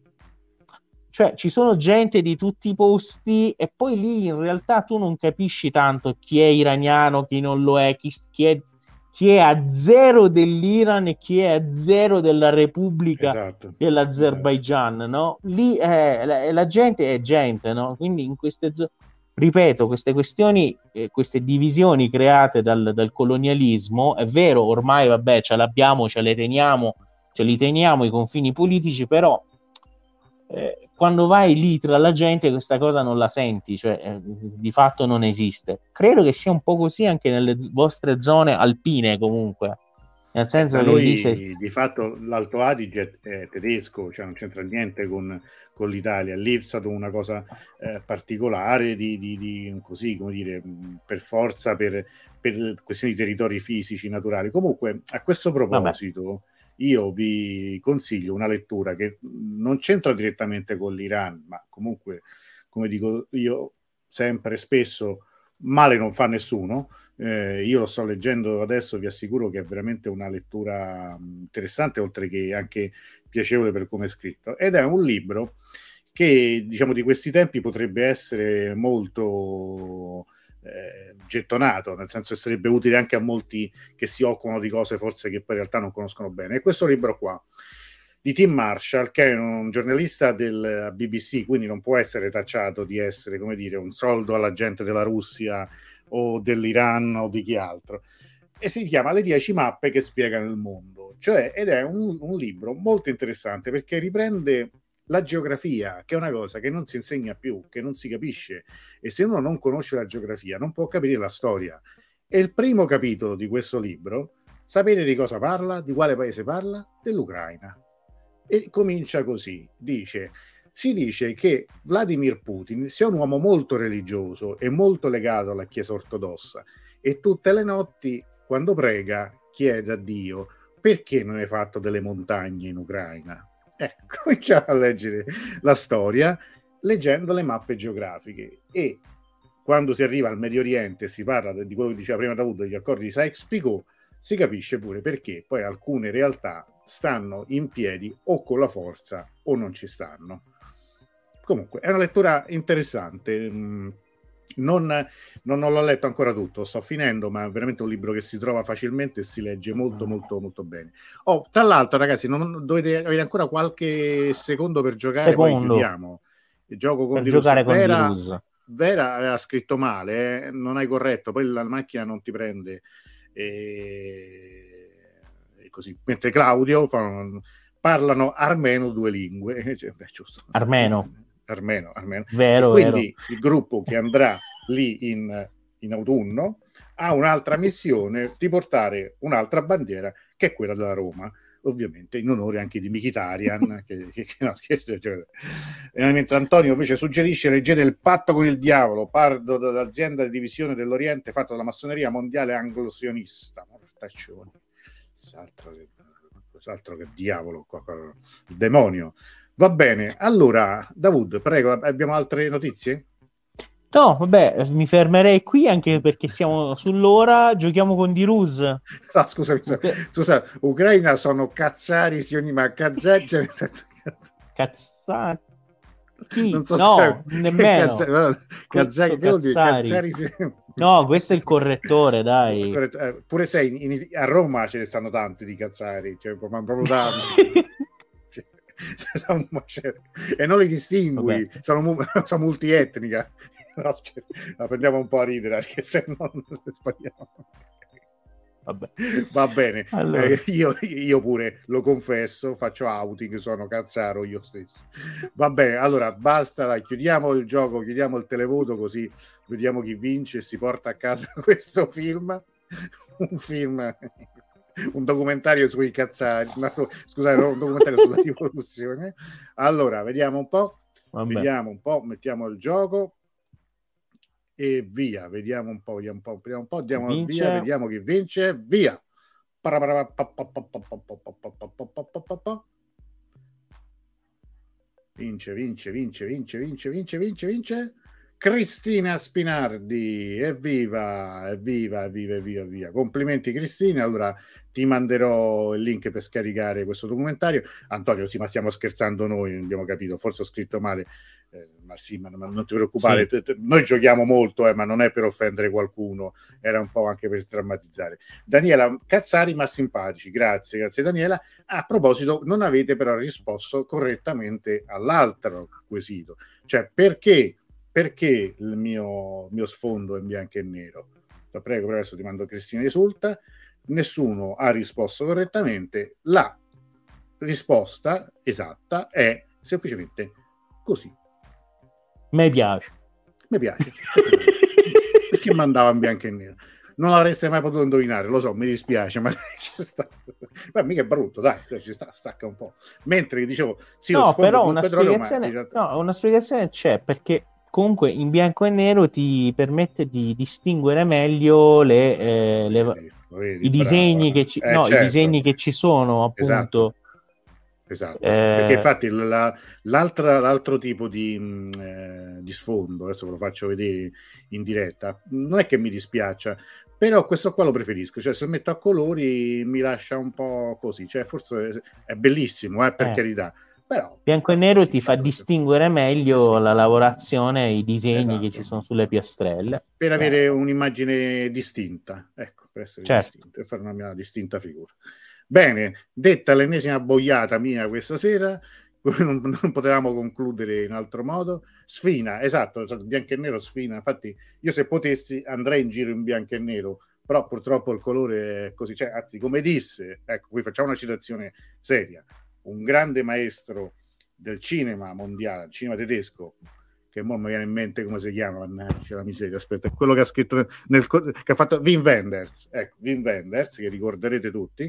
cioè ci sono gente di tutti i posti, e poi lì in realtà tu non capisci tanto chi è iraniano, chi non lo è, chi, chi è chi è a zero dell'Iran e chi è a zero della Repubblica esatto. dell'Azerbaigian, esatto. no? Lì eh, la, la gente è gente, no? Quindi in queste zone, ripeto, queste questioni, eh, queste divisioni create dal, dal colonialismo, è vero, ormai vabbè, ce l'abbiamo, ce le teniamo, ce li teniamo i confini politici, però eh, quando vai lì tra la gente questa cosa non la senti, cioè eh, di fatto non esiste. Credo che sia un po' così anche nelle z- vostre zone alpine, comunque, nel senso eh, che noi, lì sei... di fatto l'Alto Adige è tedesco, cioè non c'entra niente con, con l'Italia. Lì è stata una cosa eh, particolare di, di, di così, come dire, per forza, per, per questioni di territori fisici naturali. Comunque, a questo proposito Vabbè. io vi consiglio una lettura che non c'entra direttamente con l'Iran, ma comunque, come dico io sempre spesso, male non fa nessuno. Eh, io lo sto leggendo adesso, vi assicuro che è veramente una lettura interessante, oltre che anche piacevole per come è scritto, ed è un libro che, diciamo, di questi tempi potrebbe essere molto eh, gettonato, nel senso che sarebbe utile anche a molti che si occupano di cose forse che poi in realtà non conoscono bene. E questo libro qua di Tim Marshall, che è un giornalista del B B C, quindi non può essere tacciato di essere, come dire, un soldo alla gente della Russia o dell'Iran o di chi altro, e si chiama Le dieci mappe che spiegano il mondo, cioè, ed è un, un libro molto interessante perché riprende la geografia, che è una cosa che non si insegna più, che non si capisce, e se uno non conosce la geografia non può capire la storia. E il primo capitolo di questo libro, sapete di cosa parla? Di quale paese parla? Dell'Ucraina. E comincia così, dice: si dice che Vladimir Putin sia un uomo molto religioso e molto legato alla Chiesa ortodossa, e tutte le notti quando prega chiede a Dio: perché non hai fatto delle montagne in Ucraina? Ecco, cominciamo a leggere la storia leggendo le mappe geografiche, e quando si arriva al Medio Oriente si parla di quello che diceva prima Davuto, degli accordi di Sykes-Picot, si capisce pure perché poi alcune realtà stanno in piedi o con la forza o non ci stanno. Comunque è una lettura interessante. Non, non, non l'ho letto ancora tutto, sto finendo, ma è veramente un libro che si trova facilmente e si legge molto molto molto bene. Oh, tra l'altro, ragazzi, non dovete avere ancora qualche secondo per giocare, Secondo. poi chiudiamo il gioco con per giocare con Vera, Dirus. Vera aveva scritto male, eh? Non hai corretto, poi la macchina non ti prende, e, e così, mentre Claudio fanno, parlano armeno due lingue, cioè, beh, giusto. Armeno. Armeno, armeno. Vero, e quindi vero. il gruppo che andrà lì in, in autunno ha un'altra missione di portare un'altra bandiera, che è quella della Roma, ovviamente in onore anche di Mkhitaryan, che, che, che no, scherzo, cioè, mentre Antonio invece suggerisce: leggete Il patto con il diavolo, pardo dall'azienda di divisione dell'Oriente fatto dalla massoneria mondiale anglo-sionista. Mortaccioni, altro che, altro che diavolo, il demonio. Va bene, allora Davud, prego, abbiamo altre notizie? No, vabbè, mi fermerei qui anche perché siamo sull'ora. Giochiamo con Dirus. No, scusami, Okay. scusa, Ucraina sono cazzari, sioni, ma cazzari, cazzari. Chi? Non so no, se... nemmeno. Cazzari, no, cazzari, che vuol dire? Cazzari... No, questo è il correttore, dai. Eh, pure sei in, a Roma ce ne stanno tanti di cazzari, cioè proprio tanti. E non li distingui, okay. sono, sono multietnica. No, la prendiamo un po' a ridere, perché se no non sbagliamo. Vabbè. Va bene, allora. eh, io, io pure lo confesso, faccio outing, sono cazzaro io stesso. Va bene, allora basta, dai, chiudiamo il gioco, chiudiamo il televoto, così vediamo chi vince e si porta a casa questo film. Un film, un documentario sui cazzari, ma su, scusate, un documentario sulla rivoluzione. Allora, vediamo un po', Vabbè. vediamo un po', mettiamo il gioco e via, vediamo un po', vediamo un po', vediamo un po', diamo il via, vediamo chi vince, via. Vince, vince, vince, vince, vince, vince, vince, vince. Cristina Spinardi, evviva, evviva, evviva, evviva, evviva. Complimenti Cristina, allora ti manderò il link per scaricare questo documentario. Antonio, sì, ma stiamo scherzando noi, abbiamo capito, forse ho scritto male, eh, ma sì, ma, ma non ti preoccupare, sì. Noi giochiamo molto, eh, ma non è per offendere qualcuno, era un po' anche per strammatizzare. Daniela, cazzari ma simpatici, grazie, grazie Daniela. A proposito, non avete però risposto correttamente all'altro quesito, cioè perché Perché il mio, mio sfondo è in bianco e nero? La prego, prego, adesso ti mando Cristina Risulta. Nessuno ha risposto correttamente. La risposta esatta è semplicemente così. Mi piace. Mi piace. Perché mandava in bianco e nero? Non l'avreste mai potuto indovinare, lo so, mi dispiace, ma ci sta. Ma mica è brutto, dai, ci sta, stacca un po'. Mentre dicevo, sì, no, lo sfondo però una petrolio, spiegazione, realtà... no, una spiegazione c'è, perché comunque in bianco e nero ti permette di distinguere meglio le, eh, le, vedi, vedi, i disegni, che ci, eh, no, certo. i disegni che ci sono, appunto. Esatto. Esatto, Eh, perché infatti la, l'altra, l'altro tipo di, mh, eh, di sfondo, adesso ve lo faccio vedere in diretta, non è che mi dispiaccia, però questo qua lo preferisco, cioè se lo metto a colori mi lascia un po' così, cioè forse è bellissimo, eh, per eh, carità, però, bianco e però nero così, ti fa così. distinguere Eh meglio sì, la lavorazione, i disegni che ci esatto, sono sulle piastrelle. per Eh, avere un'immagine distinta, ecco, per essere certo. distinto e fare una mia distinta figura. Bene, detta l'ennesima boiata mia questa sera, non, non potevamo concludere in altro modo. Sfina, esatto, bianco e nero sfina. Infatti, io se potessi andrei in giro in bianco e nero, però purtroppo il colore è così. Cioè, anzi, come disse, ecco, qui facciamo una citazione seria, un grande maestro del cinema mondiale, cinema tedesco, che mo mi viene in mente come si chiama, mannaggia la miseria, aspetta, quello che ha scritto nel, che ha fatto Wim Wenders, ecco, Wim Wenders, che ricorderete tutti.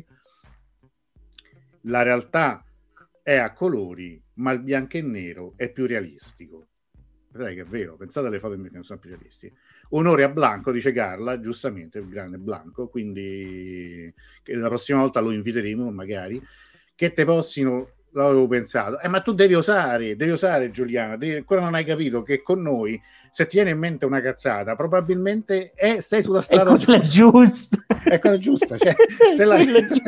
La realtà è a colori, ma il bianco e nero è più realistico. Vedete che è vero, pensate alle foto che non sono più realistiche. Onore a Blanco, dice Carla, giustamente, il grande Blanco, quindi che la prossima volta lo inviteremo magari, che te possino, l'avevo pensato, eh, ma tu devi osare, devi osare Giuliana, devi, ancora non hai capito che con noi, se ti viene in mente una cazzata, probabilmente è, sei sulla strada è quella giusta. giusta. È quella giusta, cioè, se la...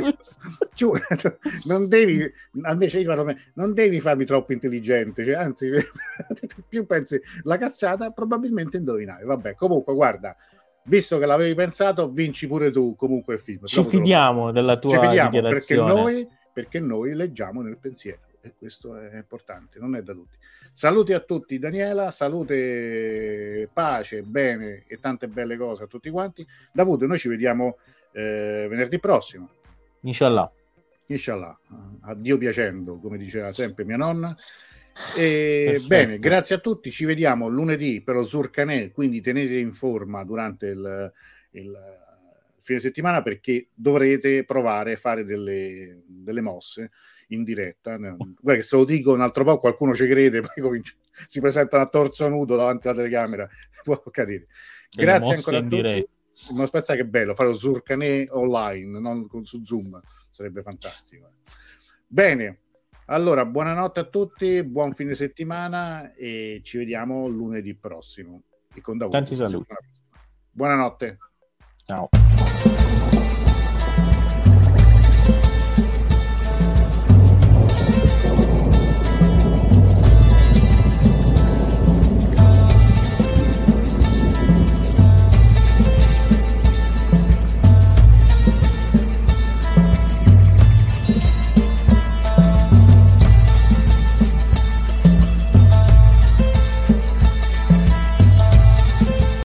non devi, invece io non devi farmi troppo intelligente, cioè, anzi, più pensi la cazzata, probabilmente indovinavi. Vabbè, comunque, guarda, visto che l'avevi pensato, vinci pure tu comunque il film. Ci fidiamo della tua Ci fidiamo dichiarazione. perché noi, perché noi leggiamo nel pensiero e questo è importante, non è da tutti. Saluti a tutti, Daniela, salute, pace, bene e tante belle cose a tutti quanti. Davuto, noi ci vediamo eh, venerdì prossimo. Inshallah. Inshallah, a Dio piacendo, come diceva sempre mia nonna. E, bene, grazie a tutti, ci vediamo lunedì per lo Zurkaneh, quindi tenete in forma durante il, il fine settimana perché dovrete provare a fare delle, delle mosse in diretta. Guarda che se lo dico un altro po' qualcuno ci crede, poi comincia, si presentano a torso nudo davanti alla telecamera, può accadere. Grazie ancora a tutti. Diretta. Ma aspetta che bello fare lo Zurkaneh online, non su Zoom, sarebbe fantastico. Bene, allora buonanotte a tutti, buon fine settimana e ci vediamo lunedì prossimo. E con Davuto. Tanti saluti. Buonanotte. Ciao.